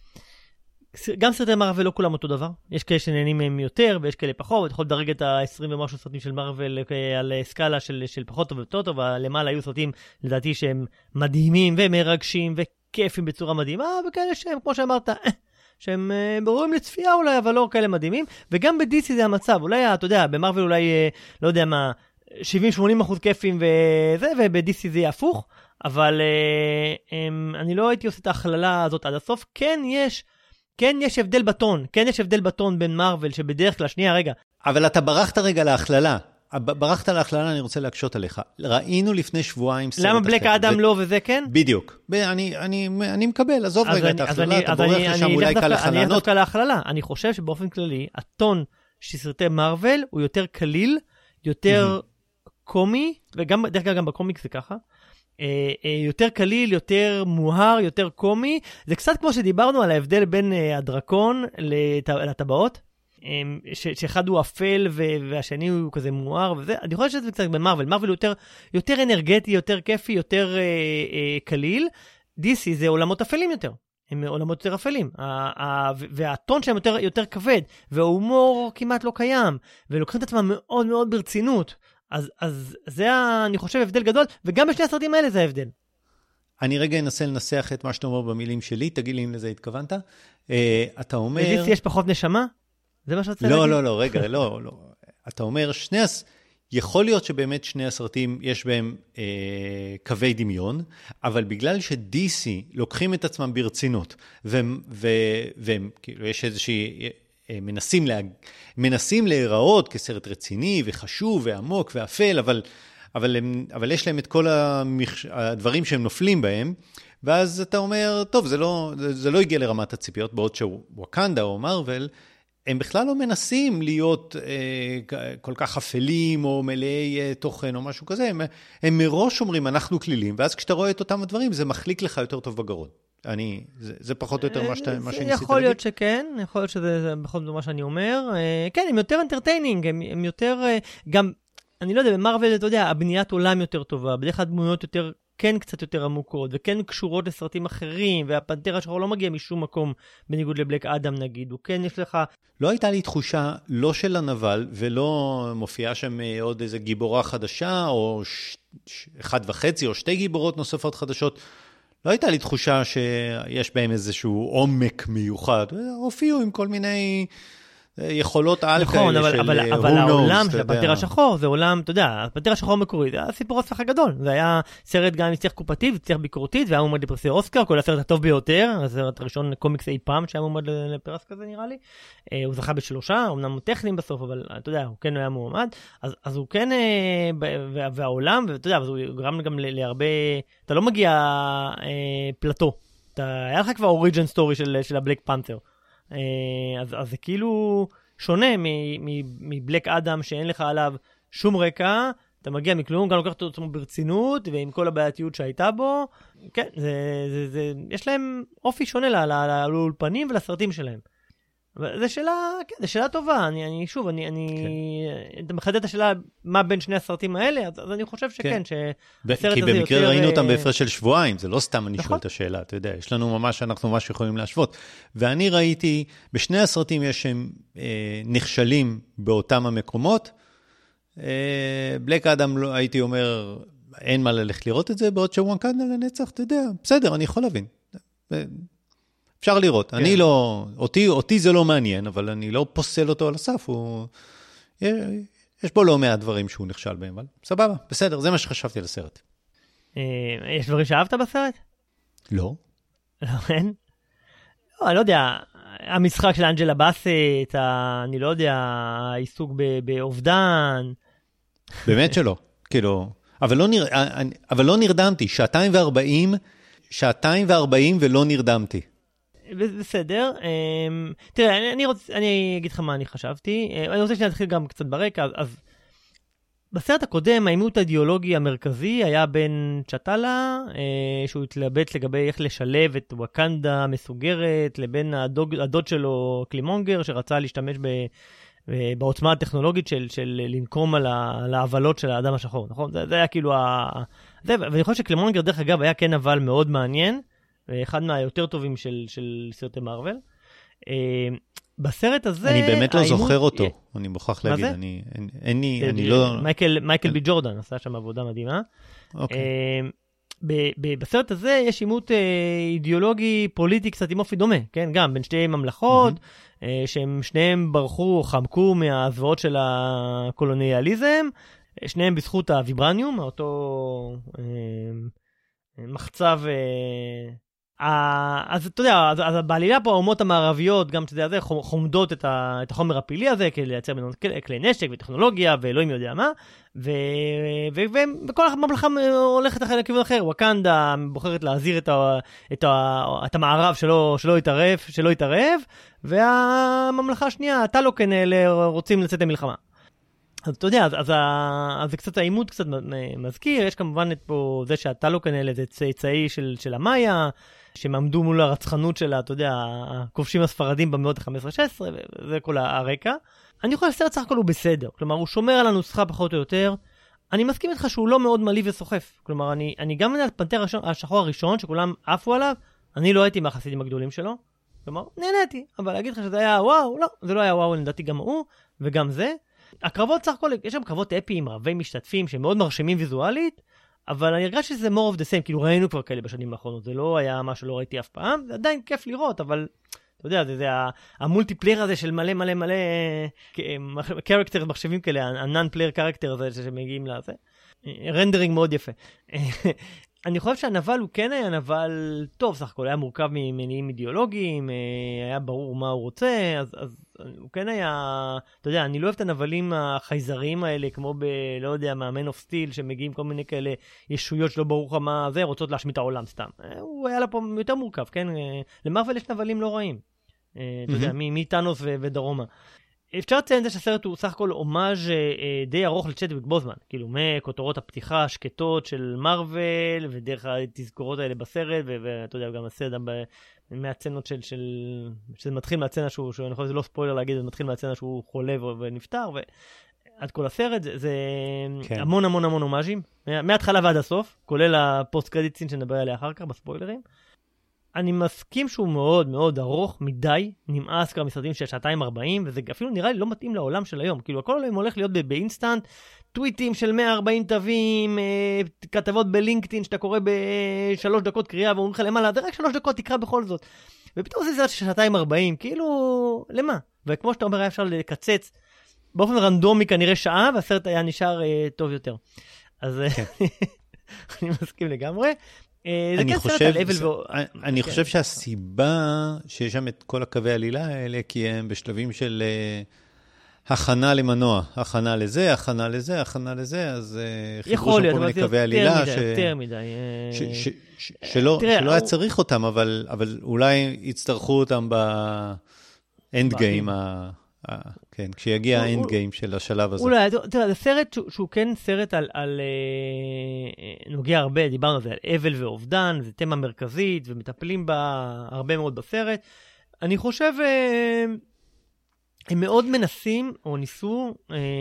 גם סרטי מרוול לא כולם אותו דבר. יש כאלה שנהנים מהם יותר, ויש כאלה פחות, ואתה יכול לדרג את ה-עשרים ומשהו סרטים של מרוול על סקאלה של, של פחות טוב ויותר טוב, ולמעלה היו סרטים, לדעתי, שהם מדהימים ומרגשים וכיפים בצורה מדהימה, וכאלה שהם, כמו שאמרת, שהם ברורים לצפייה אולי, אבל לא כאלה מדהימים. וגם ב-די סי זה המצב. אולי, אתה יודע, במרוול אולי, לא יודע מה, שבעים שמונים אחוז כיפים וזה, וב-די סי זה יהיה הפוך. אבל אני לא הייתי עושה את ההכללה הזאת עד הסוף. כן יש... כן יש הבדל בטון, כן יש הבדל בטון בין מרוול, שבדרך כלל, שנייה, רגע. אבל אתה ברחת רגע להכללה. ברחת להכללה, אני רוצה להקשות עליך. ראינו לפני שבועיים סרט אחר. למה בלק האדם לא וזה כן? בדיוק. אני, אני, אני מקבל, עזוב רגע את ההכללה, אתה בורח לשם, אולי קל לך לענות. אני דווקא להכללה. אני חושב שבאופן כללי, הטון של סרטי מרוול הוא יותר קליל, יותר קומי, וגם, דרך כלל גם בקומיק זה ככה. יותר קליל, יותר מוהר, יותר קומי. זה קצת כמו שדיברנו על ההבדל בין הדרקון לטבעות, שאחד הוא אפל והשני הוא כזה מוהר וזה. אני חושב שזה קצת במרוול. מרוול יותר, יותר אנרגטי, יותר כיפי, יותר קליל. די סי זה עולמות אפלים יותר. הם עולמות יותר אפלים. והטון שלהם יותר, יותר כבד, וההומור כמעט לא קיים, ולוקחים את עצמם מאוד מאוד ברצינות. אז, אז זה, אני חושב, הבדל גדול, וגם בשני הסרטים האלה זה ההבדל. אני רגע אנסה לנסח את מה שאתה אומר במילים שלי, תגיד לי אם לזה התכוונת. Uh, אתה אומר... בדי סי יש פחות נשמה? זה מה שרצה לא, להגיד? לא, לא, רגע, לא, לא. אתה אומר, שני הס... יכול להיות שבאמת שני הסרטים יש בהם uh, קווי דמיון, אבל בגלל ש-די סי לוקחים את עצמם ברצינות, והם, והם, כאילו, יש איזושהי... מנסים, לה, מנסים להיראות כסרט רציני וחשוב ועמוק ואפל, אבל, אבל, הם, אבל יש להם את כל המח... הדברים שהם נופלים בהם, ואז אתה אומר, טוב, זה לא, זה לא הגיע לרמת הציפיות, בעוד שוואקנדה או מרוול, הם בכלל לא מנסים להיות אה, כל כך אפלים או מלאי אה, תוכן או משהו כזה, הם, הם מראש אומרים, אנחנו כלילים, ואז כשאתה רואה את אותם הדברים, זה מחליק לך יותר טוב בגרון. אני, זה, זה פחות או יותר מה, שאתה, מה שניסית להגיד? יכול להיות שכן, יכול להיות שזה בכל זאת מה שאני אומר. כן, הם יותר אנטרטיינינג, הם, הם יותר, גם, אני לא יודע, במרוול, אתה יודע, הבניית עולם יותר טובה, בדרך כלל דמויות יותר, כן קצת יותר עמוקות, וכן קשורות לסרטים אחרים, והפנתר השחור לא מגיע משום מקום, בניגוד לבלק אדם נגיד, הוא כן יש לך... לא הייתה לי תחושה, לא של הנבל, ולא מופיעה שם עוד איזו גיבורה חדשה, או ש... אחד וחצי, או שתי גיבורות נוספות חדשות, לא הייתה לי תחושה שיש בהם איזשהו עומק מיוחד. הופיעו עם כל מיני יכולות על נכון, כאלה אבל, של אבל, who אבל knows, העולם של הפנתר השחור זה עולם, אתה יודע, הפנתר השחור המקורי, זה היה סיפור הצלחה גדול. זה היה סרט גם הצליח קופתי והצליח ביקורתית, והיה מועמד לפרסי אוסקר, כל הסרט הטוב ביותר, הסרט הראשון קומיקס אי פעם שהיה מועמד לפרס כזה נראה לי. הוא זכה בשלושה, אמנם הוא טכניים בסוף, אבל אתה יודע, הוא כן היה מועמד. אז, אז הוא כן, והעולם, ואתה יודע, הוא גרם גם להרבה, אתה לא מגיע פלטו. אתה, היה לך כבר אוריג'ן סטורי של, של הבלק פנתר. אז, אז זה כאילו שונה מבלק אדם שאין לך עליו שום רקע, אתה מגיע מכלום, גם לוקח את עצמו ברצינות, ועם כל הבעייתיות שהייתה בו, כן, זה, זה, זה, יש להם אופי שונה לאולפנים ולסרטים שלהם. זו שאלה, כן, זו שאלה טובה, אני, אני שוב, אני, אני, כן. אתה מחדד את השאלה מה בין שני הסרטים האלה, אז, אז אני חושב שכן, כן. שהסרט כי הזה יותר... כי במקרה ראינו אותם בהפרש של שבועיים, זה לא סתם אני שואל את השאלה, אתה יודע, יש לנו ממש, אנחנו ממש יכולים להשוות. ואני ראיתי, בשני הסרטים יש שהם אה, נכשלים באותם המקומות, אה, בלק אדם, לא, הייתי אומר, אין מה ללכת לראות את זה, בעוד שוואקנדה לנצח, אתה יודע, בסדר, אני יכול להבין. אפשר לראות. אני לא, אותי, אותי זה לא מעניין, אבל אני לא פוסל אותו על הסף. הוא, יש בו לא מעט דברים שהוא נכשל בהם, אבל סבבה, בסדר, זה מה שחשבתי על הסרט. יש דברים שאהבת בסרט? לא. לא, אין? לא, אני לא יודע, המשחק של אנג'לה באסט, אני לא יודע, העיסוק באובדן. באמת שלא, כאילו, אבל לא, נר... אבל לא נרדמתי, שעתיים וארבעים, שעתיים וארבעים ולא נרדמתי. בסדר, תראה, אני, אני, רוצ, אני אגיד לך מה אני חשבתי, אני רוצה שנתחיל גם קצת ברקע, אז, אז בסרט הקודם, העימות האידיאולוגי המרכזי היה בין צ'טלה, שהוא התלבט לגבי איך לשלב את וואקנדה מסוגרת, לבין הדוג, הדוד שלו קלימונגר, שרצה להשתמש ב, בעוצמה הטכנולוגית של, של לנקום על, ה, על העבלות של האדם השחור, נכון? זה, זה היה כאילו ה... זה, ואני חושב שקלימונגר דרך אגב היה כן אבל מאוד מעניין, אחד מהיותר טובים של, של סרטי מארוול. בסרט הזה... אני באמת לא זוכר אותו, אני מוכרח להגיד. אני, אני, אני לא... מייקל, מייקל בי ג'ורדן עשה שם עבודה מדהימה. אוקיי. בסרט הזה יש עימות אידיאולוגי פוליטי קצת עם אופי דומה, כן? גם בין שתי ממלכות, שהם שניהם ברחו, חמקו מהזוועות של הקולוניאליזם, שניהם בזכות הוויברניום, אותו מחצב... אז אתה יודע, אז בעלילה פה האומות המערביות, גם שזה הזה, חומדות את, ה, את החומר הפעילי הזה, כדי לייצר בינינו כלי נשק וטכנולוגיה, ואלוהים יודע מה, ו, ו, ו, וכל הממלכה הולכת אחרי לכיוון אחר, וואקנדה בוחרת להזהיר את, ה, את, ה, את המערב שלא, שלא יתערב, שלא יתערב, והממלכה השנייה, הטלוקן האלה רוצים לצאת למלחמה. אז אתה יודע, אז, אז, אז זה קצת העימות קצת מזכיר, יש כמובן את פה זה שהטלוקן האלה זה צאצאי של, של המאיה, שהם עמדו מול הרצחנות של, אתה יודע, הכובשים הספרדים במאות ה-חמש עשרה שש עשרה, וזה כל הרקע. אני חושב שהסרט סך הכל הוא בסדר, כלומר, הוא שומר על הנוסחה פחות או יותר. אני מסכים איתך שהוא לא מאוד מלא וסוחף, כלומר, אני, אני גם יודע, פנתר השחור הראשון, שכולם עפו עליו, אני לא הייתי מהחסידים הגדולים שלו, כלומר, נהניתי, אבל להגיד לך שזה היה וואו, לא, זה לא היה וואו, לדעתי גם הוא, וגם זה. הקרבות סך הכל, יש שם קרבות אפיים, רבי משתתפים, שהם מאוד מרשימים ויזואלית, אבל אני הרגש שזה more of the same, כאילו ראינו כבר כאלה בשנים האחרונות, זה לא היה מה שלא ראיתי אף פעם, זה עדיין כיף לראות, אבל אתה יודע, זה, זה המולטיפלייר הזה של מלא מלא מלא קרקטר מחשבים כאלה, הנאן פלייר קרקטר הזה שמגיעים לזה, רנדרינג מאוד יפה. אני חושב שהנבל הוא כן היה נבל טוב, סך הכל היה מורכב ממניעים אידיאולוגיים, היה ברור מה הוא רוצה, אז, אז הוא כן היה, אתה יודע, אני לא אוהב את הנבלים החייזריים האלה, כמו ב, לא יודע, מה-Man of Steel, שמגיעים כל מיני כאלה ישויות שלא ברור לך מה זה, רוצות להשמיט את העולם סתם. הוא היה לה פה יותר מורכב, כן? למרוול יש נבלים לא רעים. אתה יודע, מטאנוס ודרומה. אפשר לציין את זה שהסרט הוא סך הכל אומאז' די ארוך לצ'דוויק בוזמן, כאילו מכותרות הפתיחה השקטות של מרוול, ודרך התזכורות האלה בסרט, ואתה יודע, גם הסרט מהצנות של, של, שזה מתחיל מהצנה שהוא, אני חושב שזה לא ספוילר להגיד, זה מתחיל מהצנה שהוא חולה ונפטר, ועד כל הסרט, זה, זה כן. המון המון המון אומאז'ים, מההתחלה ועד הסוף, כולל הפוסט קרדיט סין שנדבר עליה אחר כך בספוילרים. אני מסכים שהוא מאוד מאוד ארוך מדי, נמאס כבר מסרטים של שעתיים ארבעים, וזה אפילו נראה לי לא מתאים לעולם של היום. כאילו, הכל היום הולך להיות באינסטנט, טוויטים של מאה וארבעים תווים, אה, כתבות בלינקדאין שאתה קורא בשלוש דקות קריאה, ואומרים לך למעלה, זה רק שלוש דקות תקרא בכל זאת. ופתאום זה סרט של שעתיים ארבעים, כאילו, למה? וכמו שאתה אומר, היה אפשר לקצץ באופן רנדומי כנראה שעה, והסרט היה נשאר אה, טוב יותר. אז כן. אני מסכים לגמרי. אני חושב, אני חושב שהסיבה שיש שם את כל הקווי העלילה האלה, כי הם בשלבים של הכנה למנוע, הכנה לזה, הכנה לזה, הכנה לזה, אז חיברו שם כל מיני קווי עלילה, שלא היה צריך אותם, אבל אולי יצטרכו אותם באנד גיים, כן, כשיגיע האנד גיים של השלב הזה. אולי, תראה, זה סרט שהוא כן סרט על, נוגע הרבה, דיברנו על זה, על אבל ואובדן, זה תמה מרכזית, ומטפלים בה הרבה מאוד בסרט. אני חושב, הם מאוד מנסים, או ניסו,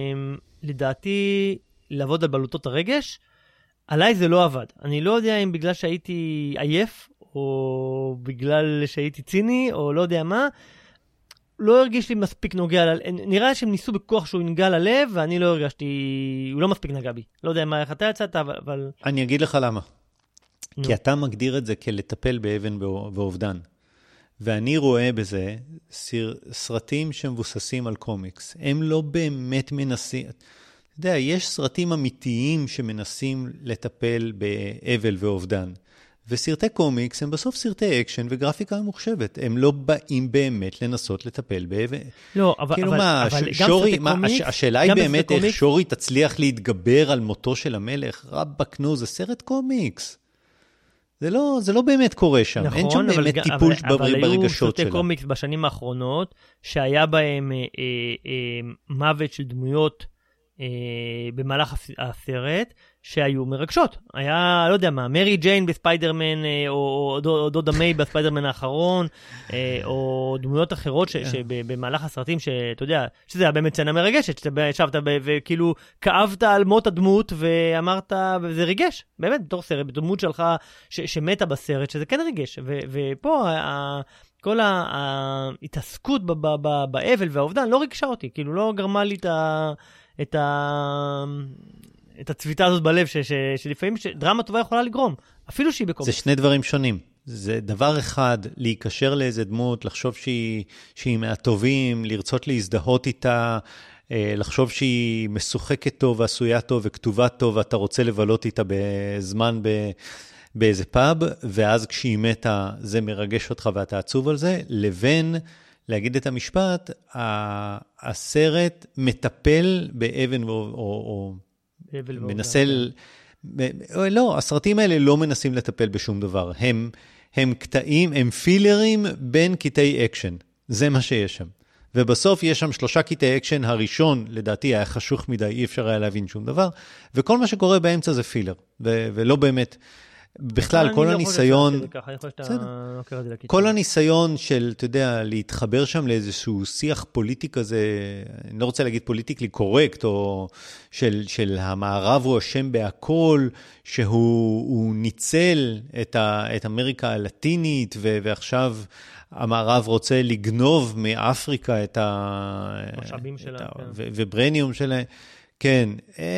לדעתי, לעבוד על בלוטות הרגש. עליי זה לא עבד. אני לא יודע אם בגלל שהייתי עייף, או בגלל שהייתי ציני, או לא יודע מה, לא הרגיש לי מספיק נוגע, נראה שהם ניסו בכוח שהוא ינגע ללב, ואני לא הרגשתי, הוא לא מספיק נגע בי. לא יודע מה, איך אתה יצאת, אבל... אני אגיד לך למה. כי אתה מגדיר את זה כלטפל באבן ואובדן. ואני רואה בזה סרטים שמבוססים על קומיקס. הם לא באמת מנסים... אתה יודע, יש סרטים אמיתיים שמנסים לטפל באבל ואובדן. וסרטי קומיקס הם בסוף סרטי אקשן וגרפיקה ממוחשבת. הם לא באים באמת לנסות לטפל באבן. לא, אבל, כאילו אבל, מה, אבל ש- גם שורי, סרטי מה, קומיקס... הש- השאלה היא באמת איך קומיקס... שורי תצליח להתגבר על מותו של המלך. רבק נו, זה סרט קומיקס. זה לא, זה לא באמת קורה שם. נכון, אין שם באמת אבל, טיפול אבל, ברגשות אבל היו שלה. סרטי קומיקס בשנים האחרונות, שהיה בהם אה, אה, מוות של דמויות אה, במהלך הסרט, שהיו מרגשות. היה, לא יודע מה, מרי ג'יין בספיידרמן, אה, או, או, או דודה מיי בספיידרמן האחרון, אה, או דמויות אחרות ש, שבמהלך הסרטים, שאתה יודע, שזה היה באמת סצנה מרגשת, שאתה ישבת וכאילו כאבת על מות הדמות, ואמרת, וזה ריגש, באמת, בתור סרט, בדמות שלך ש, שמתה בסרט, שזה כן ריגש. ו, ופה, ה, כל ההתעסקות באבל והאובדן לא ריגשה אותי, כאילו לא גרמה לי את ה... את ה... את הצביטה הזאת בלב, ש... ש... שלפעמים דרמה טובה יכולה לגרום, אפילו שהיא בקומיקס. זה שני דברים שונים. זה דבר אחד, להיקשר לאיזה דמות, לחשוב שהיא, שהיא מהטובים, לרצות להזדהות איתה, לחשוב שהיא משוחקת טוב, ועשויה טוב, וכתובה טוב, ואתה רוצה לבלות איתה בזמן ב... באיזה פאב, ואז כשהיא מתה, זה מרגש אותך ואתה עצוב על זה, לבין להגיד את המשפט, הסרט מטפל באבן או... או מנסה, לא, הסרטים האלה לא מנסים לטפל בשום דבר. הם, הם קטעים, הם פילרים בין קטעי אקשן. זה מה שיש שם. ובסוף יש שם שלושה קטעי אקשן. הראשון, לדעתי, היה חשוך מדי, אי אפשר היה להבין שום דבר. וכל מה שקורה באמצע זה פילר. ו- ולא באמת... בכלל, כל הניסיון, כל הניסיון של, אתה יודע, להתחבר שם לאיזשהו שיח פוליטי כזה, אני לא רוצה להגיד פוליטיקלי קורקט, או של, של המערב הוא אשם בהכל, שהוא ניצל את, ה, את אמריקה הלטינית, ו, ועכשיו המערב רוצה לגנוב מאפריקה את המשאבים שלה, וברניום שלה. כן,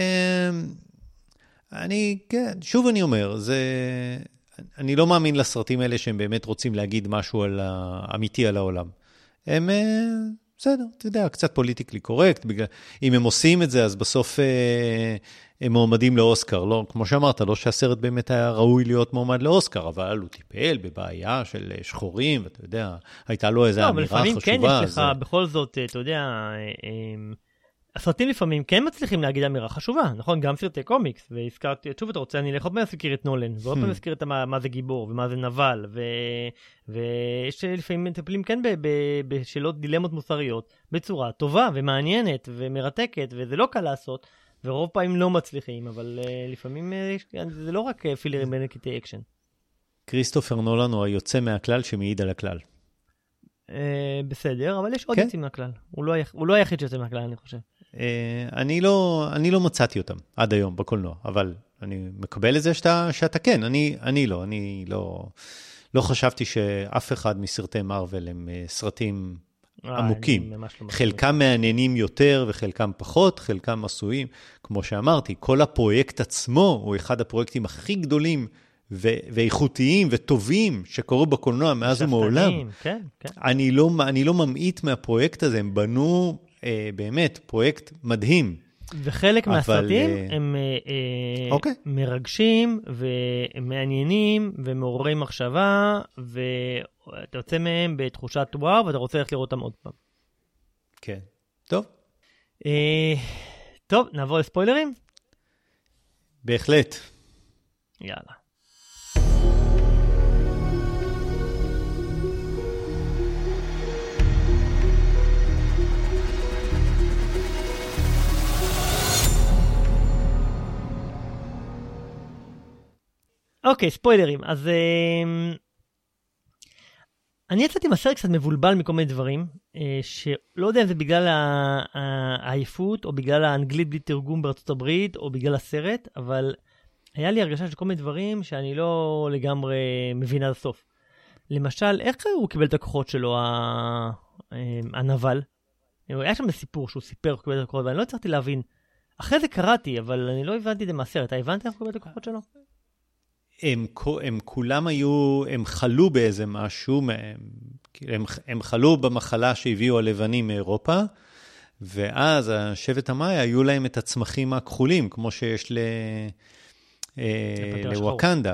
אני, כן, שוב אני אומר, זה, אני לא מאמין לסרטים האלה שהם באמת רוצים להגיד משהו על, אמיתי על העולם. הם בסדר, אתה יודע, קצת פוליטיקלי קורקט, בגלל, אם הם עושים את זה, אז בסוף אה, הם מועמדים לאוסקר, לא, כמו שאמרת, לא שהסרט באמת היה ראוי להיות מועמד לאוסקר, אבל הוא טיפל בבעיה של שחורים, ואתה יודע, הייתה לו איזו אמירה חשובה. לא, אבל לפעמים כן יש לך, בכל זאת, אתה יודע, הסרטים לפעמים כן מצליחים להגיד אמירה חשובה, נכון? גם סרטי קומיקס, והזכרתי, שוב אתה רוצה, אני אלך עוד פעם להזכיר את נולן, ועוד פעם להזכיר את מה זה גיבור, ומה זה נבל, ויש לפעמים מטפלים כן בשאלות דילמות מוסריות, בצורה טובה ומעניינת ומרתקת, וזה לא קל לעשות, ורוב פעמים לא מצליחים, אבל לפעמים זה לא רק פילרים בין קטעי אקשן. כריסטופר נולן הוא היוצא מהכלל שמעיד על הכלל. בסדר, אבל יש עוד יוצאים מהכלל. הוא לא היחיד שיוצא מהכלל, אני חושב. אני לא, אני לא מצאתי אותם עד היום בקולנוע, אבל אני מקבל את זה שאתה, שאתה כן, אני, אני לא, אני לא, לא חשבתי שאף אחד מסרטי מארוול הם סרטים עמוקים. חלקם מעניינים יותר וחלקם פחות, חלקם עשויים. כמו שאמרתי, כל הפרויקט עצמו הוא אחד הפרויקטים הכי גדולים ואיכותיים וטובים שקורו בקולנוע מאז ומעולם. כן, כן. אני לא, אני לא ממעיט מהפרויקט הזה, הם בנו אה, באמת פרויקט מדהים. וחלק אבל, מהסרטים אה... הם אה, אוקיי. מרגשים ומעניינים ומעוררים מחשבה, ואתה יוצא מהם בתחושת וואו, ואתה רוצה ללכת לראות אותם עוד פעם. כן, טוב. אה, טוב, נעבור לספוילרים? בהחלט. יאללה. אוקיי, ספוילרים. אז אה, אני יצאתי עם הסרט קצת מבולבל מכל מיני דברים, אה, שלא יודע אם זה בגלל העייפות, או בגלל האנגלית בלי תרגום בארצות הברית, או בגלל הסרט, אבל היה לי הרגשה של כל מיני דברים שאני לא לגמרי מבין עד הסוף. למשל, איך הוא קיבל את הכוחות שלו, הנבל? היה שם סיפור שהוא סיפר איך הוא קיבל את הכוחות, ואני לא הצלחתי להבין. אחרי זה קראתי, אבל אני לא הבנתי את זה מהסרט. אתה הבנת איך הוא קיבל את הכוחות שלו? הם, הם כולם היו, הם חלו באיזה משהו, הם, הם חלו במחלה שהביאו הלבנים מאירופה, ואז השבט המאיה היו להם את הצמחים הכחולים, כמו שיש ל... לווקנדה.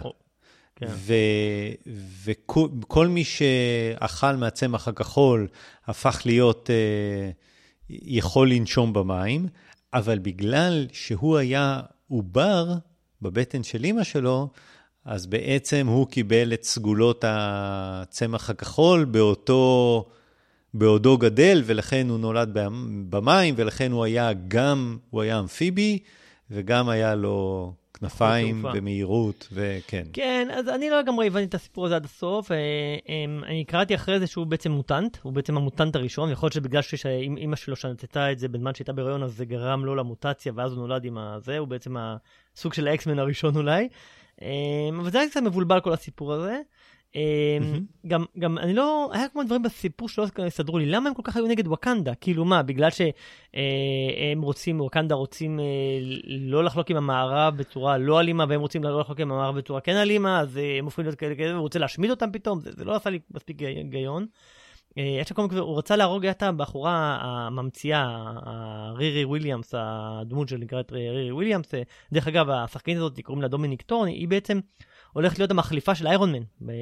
וכל מי שאכל מהצמח הכחול הפך להיות, יכול לנשום במים, אבל בגלל שהוא היה עובר בבטן של אמא שלו, אז בעצם הוא קיבל את סגולות הצמח הכחול באותו, בעודו גדל, ולכן הוא נולד במים, ולכן הוא היה גם, הוא היה אמפיבי, וגם היה לו כנפיים ומהירות, וכן. כן, אז אני לא גם הבנתי את הסיפור הזה עד הסוף. אני קראתי אחרי זה שהוא בעצם מוטנט, הוא בעצם המוטנט הראשון, יכול להיות שבגלל שאמא שלו שנתתה את זה בזמן שהייתה בהיריון, אז זה גרם לו למוטציה, ואז הוא נולד עם זה, הוא בעצם הסוג של האקסמן הראשון אולי. אבל זה היה קצת מבולבל כל הסיפור הזה. גם, גם אני לא, היה כמו דברים בסיפור שלא סדרו לי, למה הם כל כך היו נגד ווקנדה? כאילו מה, בגלל שהם רוצים, ווקנדה רוצים לא לחלוק עם המערב בצורה לא אלימה, והם רוצים לא לחלוק עם המערב בצורה כן אלימה, אז הם הופכים להיות כאלה כאלה, והוא רוצה להשמיד אותם פתאום, זה, זה לא עשה לי מספיק גיון. יש לקום, הוא רצה להרוג את הבחורה הממציאה, רירי וויליאמס, הדמות של נקראת רירי וויליאמס, דרך אגב, השחקנית הזאת, קוראים לה דומיניק טורני, היא בעצם הולכת להיות המחליפה של איירון מן,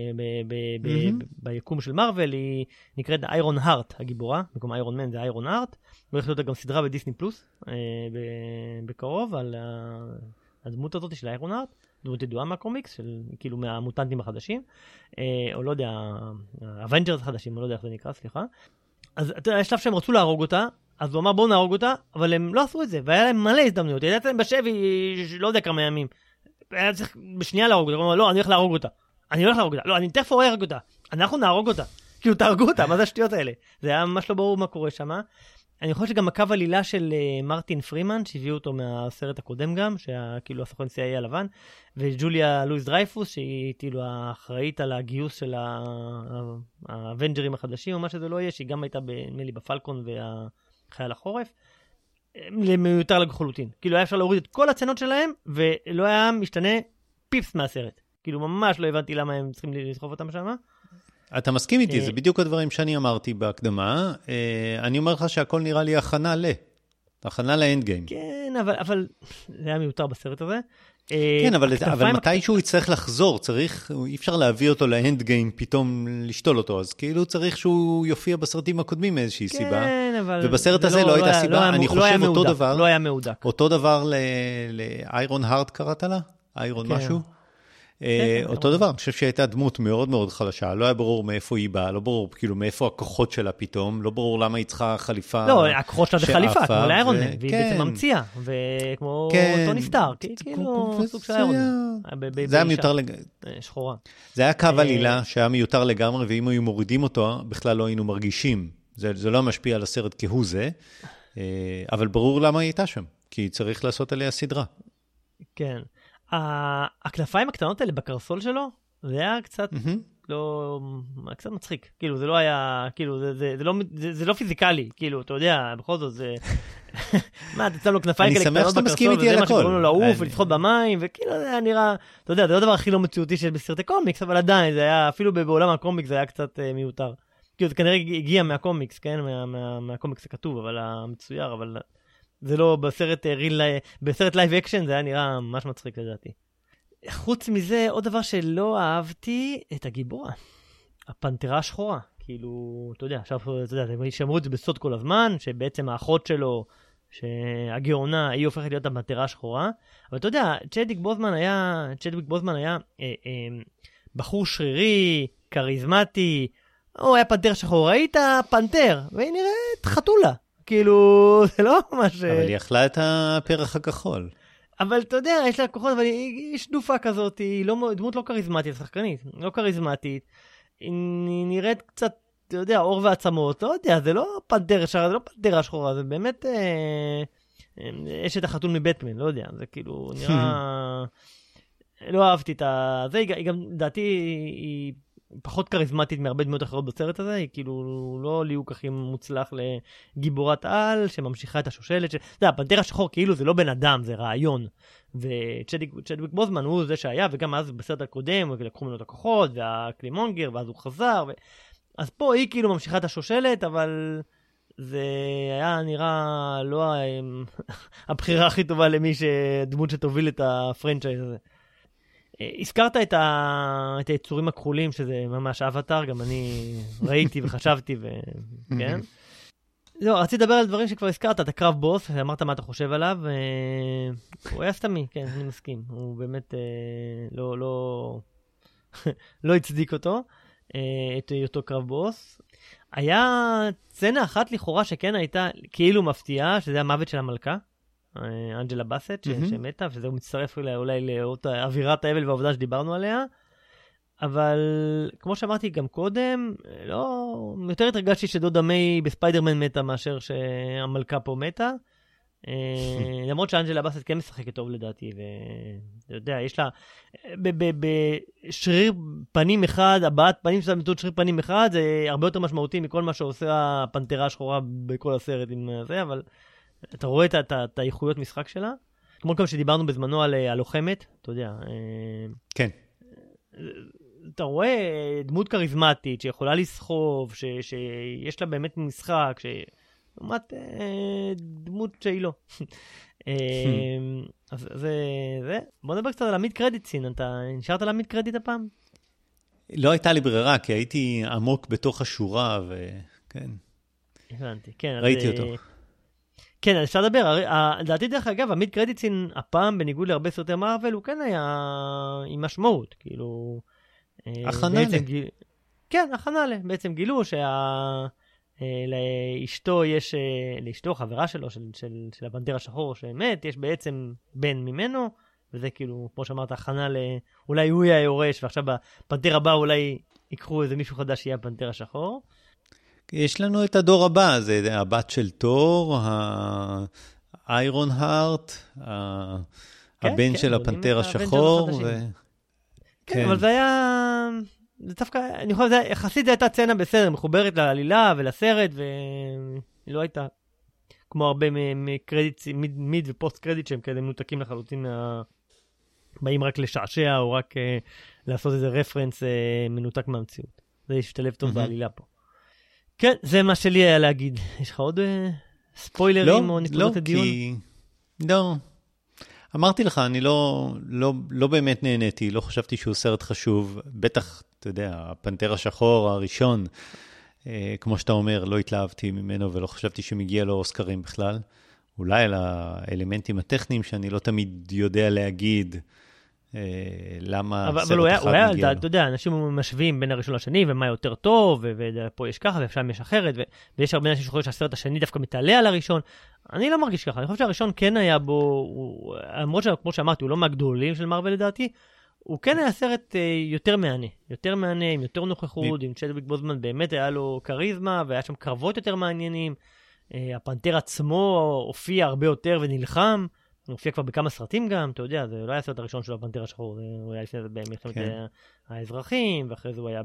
ביקום של מרוול, היא נקראת איירון הארט, הגיבורה, במקום איירון מן זה איירון הארט, הולכת להיות גם סדרה בדיסני פלוס, בקרוב, על הדמות הזאת של איירון הארט, דמות ידועה מהקומיקס, של כאילו מהמוטנטים החדשים, או לא יודע, האבנג'רס החדשים, או לא יודע איך זה נקרא, סליחה. אז אתה יודע, יש שלב שהם רצו להרוג אותה, אז הוא אמר בואו נהרוג אותה, אבל הם לא עשו את זה, והיה להם מלא הזדמנויות, ידעת להם בשבי, לא יודע כמה ימים, היה צריך בשנייה להרוג אותה, הוא אמר לא, אני הולך להרוג אותה, אני הולך להרוג אותה, לא, אני תכף הורג אותה, אנחנו נהרוג אותה, כאילו תהרגו אותה, מה זה השטויות האלה? זה היה ממש לא ברור מה קורה שם. אני חושב שגם הקו עלילה של מרטין פרימן, שהביאו אותו מהסרט הקודם גם, שכאילו הסוכן סי איי איי הלבן, וג'וליה לואיס דרייפוס, שהיא כאילו האחראית על הגיוס של האבנג'רים החדשים, או מה שזה לא יהיה, שהיא גם הייתה נדמה לי בפלקון והחייל החורף, למיותר לגחולותין. כאילו היה אפשר להוריד את כל הצנות שלהם, ולא היה משתנה פיפס מהסרט. כאילו ממש לא הבנתי למה הם צריכים לסחוף אותם שם. אתה מסכים איתי, זה בדיוק הדברים שאני אמרתי בהקדמה. אני אומר לך שהכל נראה לי הכנה ל... הכנה לאנד גיים. כן, אבל, אבל זה היה מיותר בסרט הזה. כן, אבל, אבל מתישהו יצטרך לחזור, צריך, אי אפשר להביא אותו לאנד גיים, פתאום לשתול אותו, אז כאילו צריך שהוא יופיע בסרטים הקודמים מאיזושהי כן, סיבה. אבל ובסרט הזה לא, לא הייתה לא סיבה, לא אני חושב לא אותו מעודק, דבר. לא היה מעודק. אותו דבר לאיירון הארט קראת לה? איירון כן. משהו? אותו דבר, אני חושב שהייתה דמות מאוד מאוד חלשה, לא היה ברור מאיפה היא באה, לא ברור כאילו מאיפה הכוחות שלה פתאום, לא ברור למה היא צריכה חליפה. לא, הכוחות שלה זה חליפה, כמו לאיירון מן, והיא בעצם ממציאה, וכמו טוני סטארק, כאילו סוג של איירון מן. זה היה מיותר לגמרי. שחורה. זה היה קו עלילה שהיה מיותר לגמרי, ואם היו מורידים אותו, בכלל לא היינו מרגישים. זה לא משפיע על הסרט כהוא זה, אבל ברור למה היא הייתה שם, כי צריך לעשות עליה סדרה. כן. הכנפיים הקטנות האלה בקרסול שלו, זה היה קצת לא, קצת מצחיק. כאילו, זה לא היה, כאילו, זה, זה, זה לא, זה, זה לא פיזיקלי, כאילו, אתה יודע, בכל זאת זה... מה, אתה שם לו כנפיים כאלה קטנות בקרסול, וזה מה שקוראים לו לעוף ולפחות במים, וכאילו, זה היה נראה, אתה יודע, זה לא דבר הכי לא מציאותי שיש בסרטי קומיקס, אבל עדיין, זה היה, אפילו בעולם הקומיקס זה היה קצת מיותר. כאילו, זה כנראה הגיע מהקומיקס, כן? מה, מה, מהקומיקס הכתוב, אבל המצויר, אבל... זה לא בסרט ריל, בסרט לייב אקשן, זה היה נראה ממש מצחיק לדעתי. חוץ מזה, עוד דבר שלא אהבתי, את הגיבורה. הפנתרה השחורה. כאילו, אתה יודע, עכשיו, אתה יודע, הם שמרו את זה בסוד כל הזמן, שבעצם האחות שלו, שהגאונה, היא הופכת להיות הפנתרה השחורה. אבל אתה יודע, צ'דוויק בוזמן היה, צ'דוויק בוזמן היה אה, אה, בחור שרירי, קריזמטי, הוא היה פנתר שחור, ראית פנתר, והיא נראית חתולה. כאילו, זה לא ממש... אבל היא אכלה את הפרח הכחול. אבל אתה יודע, יש לה כוחות, אבל היא שדופה כזאת, היא לא, דמות לא קריזמטית, שחקנית, לא קריזמטית. היא נראית קצת, אתה יודע, אור ועצמות, לא יודע, זה לא פנתר שחור, זה לא פנתרה שחורה, זה באמת אה, יש את החתול מבטמן, לא יודע, זה כאילו נראה... לא אהבתי את ה... זה, היא גם, דעתי, היא... פחות קריזמטית מהרבה דמות אחרות בסרט הזה, היא כאילו לא ליהוק הכי מוצלח לגיבורת על, שממשיכה את השושלת, ש... אתה יודע, הפנתר השחור כאילו זה לא בן אדם, זה רעיון, וצ'דוויק בוזמן הוא זה שהיה, וגם אז בסרט הקודם, לקחו ממנו את הכוחות, והקלימונגר, ואז הוא חזר, ו... אז פה היא כאילו ממשיכה את השושלת, אבל זה היה נראה לא הבחירה הכי טובה למי שדמות שתוביל את הפרנצ'ייז הזה. הזכרת את, ה... את היצורים הכחולים, שזה ממש אבטר, גם אני ראיתי וחשבתי, ו... כן? לא, רציתי לדבר על דברים שכבר הזכרת, את הקרב בוס, אמרת מה אתה חושב עליו, הוא היה סתמי, כן, אני מסכים, הוא באמת לא, לא, לא הצדיק אותו, את אותו קרב בוס. היה צנה אחת לכאורה שכן הייתה כאילו מפתיעה, שזה המוות של המלכה, אנג'לה בסט, ש- שמתה, וזה הוא מצטרף אולי, אולי לאותה אווירת האבל והעובדה שדיברנו עליה, אבל כמו שאמרתי גם קודם, לא, יותר התרגשתי שדודה מיי בספיידרמן מתה מאשר שהמלכה פה מתה, למרות שאנג'לה בסט כן משחקת טוב לדעתי, ואתה יודע, יש לה, בשריר פנים אחד, הבעת פנים שלה מתות שריר פנים אחד, זה הרבה יותר משמעותי מכל מה שעושה הפנתרה השחורה בכל הסרט עם זה, אבל אתה רואה את, את, את האיכויות משחק שלה, כמו גם שדיברנו בזמנו על הלוחמת, אתה יודע. כן. אתה רואה דמות קריזמטית שיכולה לסחוב, ש, שיש לה באמת משחק, לעומת דמות שהיא לא. אז זה, זה. בוא נדבר קצת על המיד קרדיט סין, אתה נשארת על המיד קרדיט הפעם? לא הייתה לי ברירה, כי הייתי עמוק בתוך השורה, וכן. הבנתי, כן. ראיתי אותו. כן, אפשר לדבר, לדעתי דרך אגב, המיד קרדיטסין הפעם, בניגוד להרבה סרטי מארוול, הוא כן היה עם משמעות, כאילו... הכנה לה. כן, הכנה לה. בעצם גילו שלאשתו יש, לאשתו, חברה שלו, של, של, של הפנתר השחור שמת, יש בעצם בן ממנו, וזה כאילו, כמו שאמרת, הכנה ל... אולי הוא יהיה היורש, ועכשיו בפנתר הבא אולי ייקחו איזה מישהו חדש שיהיה הפנתר השחור. יש לנו את הדור הבא, זה הבת של תור, האיירון הארט, הבן של הפנתר השחור. כן, אבל זה היה, זה דווקא, אני חושב, יחסית זו הייתה צנה בסדר, מחוברת לעלילה ולסרט, ולא הייתה כמו הרבה מקרדיט, מיד ופוסט קרדיט שהם כאלה מנותקים לחלוטין, באים רק לשעשע או רק לעשות איזה רפרנס מנותק מהמציאות. זה ישתלב טוב בעלילה פה. כן, זה מה שלי היה להגיד. יש לך עוד ספוילרים או נקודות הדיון? לא, אמרתי לך, אני לא, לא, לא באמת נהניתי, לא חשבתי שהוא סרט חשוב, בטח, אתה יודע, הפנתר השחור הראשון, אה, כמו שאתה אומר, לא התלהבתי ממנו ולא חשבתי שמגיע לו אוסקרים בכלל, אולי על האלמנטים הטכניים שאני לא תמיד יודע להגיד, אה, למה אבל, סרט אבל אחד היה, מגיע היה, לו. אתה יודע, אנשים משווים בין הראשון לשני, ומה יותר טוב, ופה יש ככה, ושם יש אחרת, ו, ויש הרבה אנשים שחושבים שהסרט השני דווקא מתעלה על הראשון. אני לא מרגיש ככה, אני חושב שהראשון כן היה בו, למרות שכמו שאמרתי, הוא לא מהגדולים של מארוול לדעתי, הוא כן היה סרט אה, יותר מענה, יותר מענה, עם יותר נוכחות, עם צ'דוויק בוזמן באמת היה לו קריזמה, והיה שם קרבות יותר מעניינים, אה, הפנתר עצמו הופיע הרבה יותר ונלחם, הוא הופיע כבר בכמה סרטים גם, אתה יודע, זה לא היה הסרט הראשון שלו, הפנתר השחור, הוא היה לפני זה במלחמת כן. האזרחים, ואחרי זה הוא היה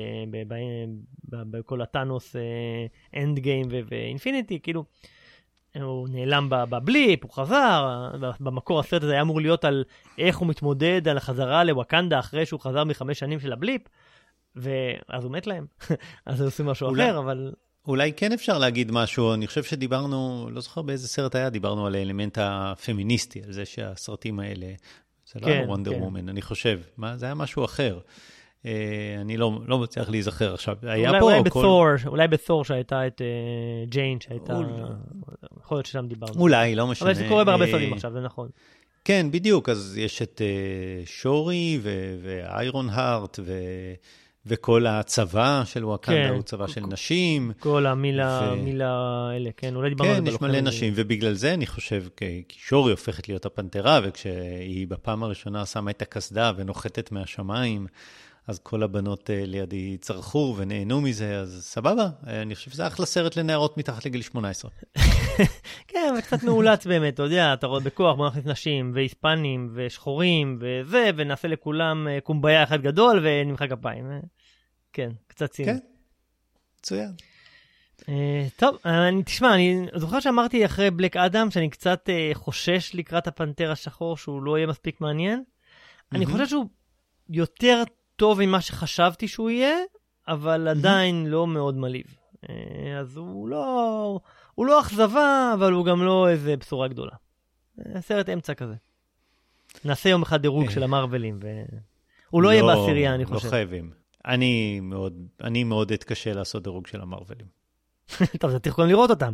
בכל הטאנוס אנד גיים ואינפיניטי, כאילו, הוא נעלם בבליפ, הוא חזר, במקור הסרט הזה היה אמור להיות על איך הוא מתמודד על החזרה לווקנדה אחרי שהוא חזר מחמש שנים של הבליפ, ואז הוא מת להם, אז הוא עושה משהו אולי, אחר, אבל... אולי כן אפשר להגיד משהו, אני חושב שדיברנו, לא זוכר באיזה סרט היה, דיברנו על האלמנט הפמיניסטי, על זה שהסרטים האלה, זה כן, לא וונדר כן. וומן, אני חושב, מה, זה היה משהו אחר. אני לא, לא מצליח להיזכר עכשיו. היה אולי, פה אולי, כל... בתור, אולי בתור שהייתה את uh, ג'יין, שהייתה... אולי... יכול להיות ששם דיברנו. אולי, לא משנה. אבל זה קורה בהרבה סרטים עכשיו, זה נכון. כן, בדיוק. אז יש את uh, שורי ו- ואיירון הארט ו... וכל הצבא של וואקנדה כן, הוא צבא כל, של נשים. כל המילה, ו... מילה אלה, כן, אולי דיברנו כן, יש מלא נשים, ו... ובגלל זה אני חושב, כי שורי הופכת להיות הפנתרה, וכשהיא בפעם הראשונה שמה את הכסדה ונוחתת מהשמיים, אז כל הבנות לידי צרחו ונהנו מזה, אז סבבה. אני חושב שזה אחלה סרט לנערות מתחת לגיל שמונה עשרה. כן, אבל קצת מאולץ באמת, אתה יודע, אתה רואה בכוח, בוא נכניס נשים, והיספנים, ושחורים, וזה, ונעשה לכולם קומביה אחד גדול, ונמחא כפיים. כן, קצת ציני. כן, מצוין. טוב, אני, תשמע, אני זוכר שאמרתי אחרי בלק אדם, שאני קצת חושש לקראת הפנתר השחור, שהוא לא יהיה מספיק מעניין. אני חושב שהוא יותר טוב ממה שחשבתי שהוא יהיה, אבל עדיין לא מאוד מליב. אז הוא לא, הוא לא אכזבה, אבל הוא גם לא איזה בשורה גדולה. סרט אמצע כזה. נעשה יום אחד דירוג של המרוולים, והוא לא יהיה בעשירייה, אני חושב. לא חייבים. אני מאוד, אני מאוד אתקשה לעשות דירוג של המרוולים. טוב, זה תכף לראות אותם.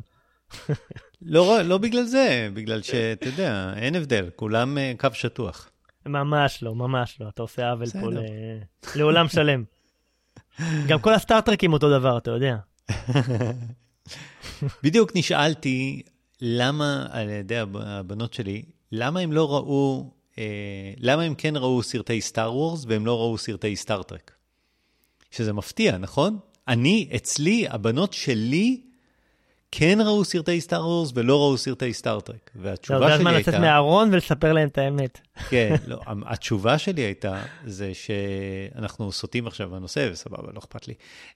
לא, לא בגלל זה, בגלל שאתה יודע, אין הבדל, כולם קו שטוח. ממש לא, ממש לא. אתה עושה עוול פה לעולם שלם. גם כל הסטארטרקים אותו דבר, אתה יודע. בדיוק נשאלתי למה, על ידי הבנות שלי, למה הם לא ראו, למה הם כן ראו סרטי סטאר וורס, והם לא ראו סרטי סטארטרק. שזה מפתיע, נכון? אני, אצלי, הבנות שלי, כן ראו סרטי סטאר וורס ולא ראו סרטי סטארטרק. והתשובה שלי הייתה... זה הזמן לצאת מהארון ולספר להם את האמת. כן, לא, התשובה שלי הייתה, זה שאנחנו סוטים עכשיו בנושא, וסבבה, לא אכפת לי,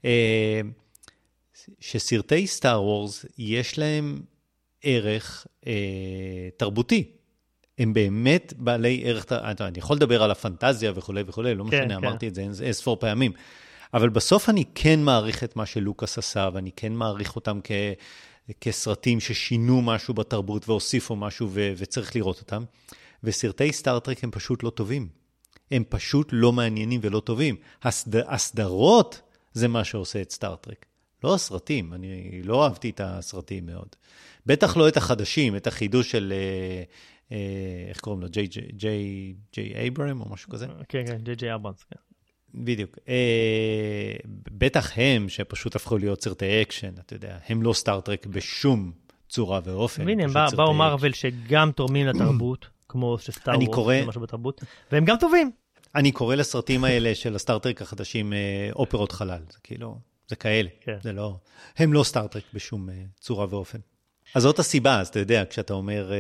שסרטי סטאר וורס יש להם ערך תרבותי. הם באמת בעלי ערך, אני יכול לדבר על הפנטזיה וכו' וכו', לא משנה, אמרתי את זה אין ספור פעמים. אבל בסוף אני כן מעריך את מה שלוקאס עשה, ואני כן מעריך אותם כ... כסרטים ששינו משהו בתרבות והוסיפו משהו ו... וצריך לראות אותם. וסרטי סטארטרק הם פשוט לא טובים. הם פשוט לא מעניינים ולא טובים. הסד... הסדרות זה מה שעושה את סטארטרק. לא הסרטים, אני לא אהבתי את הסרטים מאוד. בטח לא את החדשים, את החידוש של... איך קוראים לו? ג'יי ג'יי ג'יי אייברם או משהו כזה? כן, כן, ג'יי ג'יי אברמס, כן. בדיוק. בטח הם שפשוט הפכו להיות סרטי אקשן, אתה יודע, הם לא סטארטרק בשום צורה ואופן. והנה, הם באו מרוול שגם תורמים לתרבות, כמו שסטאר וורס, זה משהו בתרבות, והם גם טובים. אני קורא לסרטים האלה של הסטארטרק החדשים אופרות חלל, זה כאילו, זה כאלה, זה לא, הם לא סטארטרק בשום צורה ואופן. אז זאת הסיבה, אז אתה יודע, כשאתה אומר...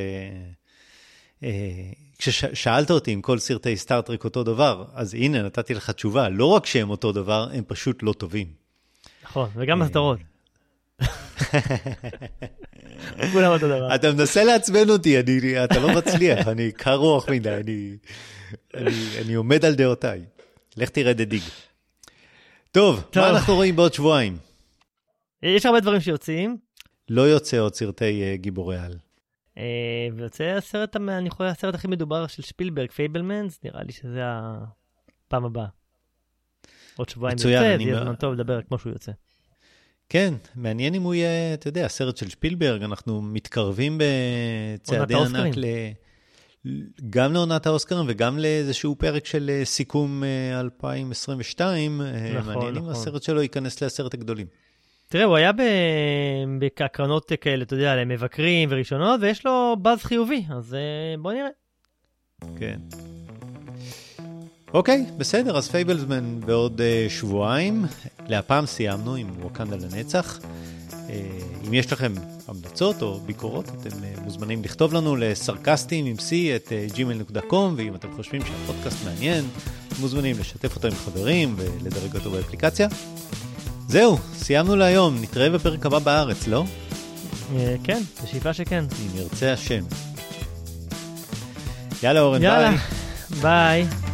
כששאלת אותי אם כל סרטי סטארטרק אותו דבר, אז הנה נתתי לך תשובה, לא רק שהם אותו דבר, הם פשוט לא טובים. נכון, וגם הסדרות. כולם אותו דבר. אתה מנסה לעצבן אותי, אתה לא מצליח, אני קר רוח מדי, אני עומד על דעותיי. לך תראה דדיג. טוב, טוב, מה אנחנו רואים בעוד שבועיים? יש הרבה דברים שיוצאים. לא יוצא עוד סרטי uh, גיבורי על. Uh, ויוצא הסרט, אני חושב, הסרט הכי מדובר של שפילברג, פייבלמנס, נראה לי שזה הפעם הבאה. עוד שבועיים יוצא, זה יהיה זמן טוב לדבר כמו שהוא יוצא. כן, מעניין אם הוא יהיה, אתה יודע, הסרט של שפילברג, אנחנו מתקרבים בצעדי ענק ל... גם לעונת האוסקרים וגם לאיזשהו פרק של סיכום אלפיים עשרים ושתיים, נכון, מעניין נכון. אם הסרט שלו ייכנס לעשרת הגדולים. תראה, הוא היה בהקרנות כאלה, אתה יודע, למבקרים וראשונות, ויש לו באז חיובי, אז בוא נראה. כן. אוקיי, בסדר, אז פייבלסמן בעוד uh, שבועיים. להפעם סיימנו עם ווקנדה לנצח. Uh, אם יש לכם המלצות או ביקורות, אתם uh, מוזמנים לכתוב לנו לסרקסטים עם C את ג'ימייל דוט קום, ואם אתם חושבים שהפודקאסט מעניין, מוזמנים לשתף אותו עם חברים ולדרג אותו באפליקציה. זהו, סיימנו להיום. נתראה בפרק הבא בארץ, לא? Uh, כן, בשאיפה שכן. אם ירצה השם. יאללה אורן, יאללה, ביי. ביי.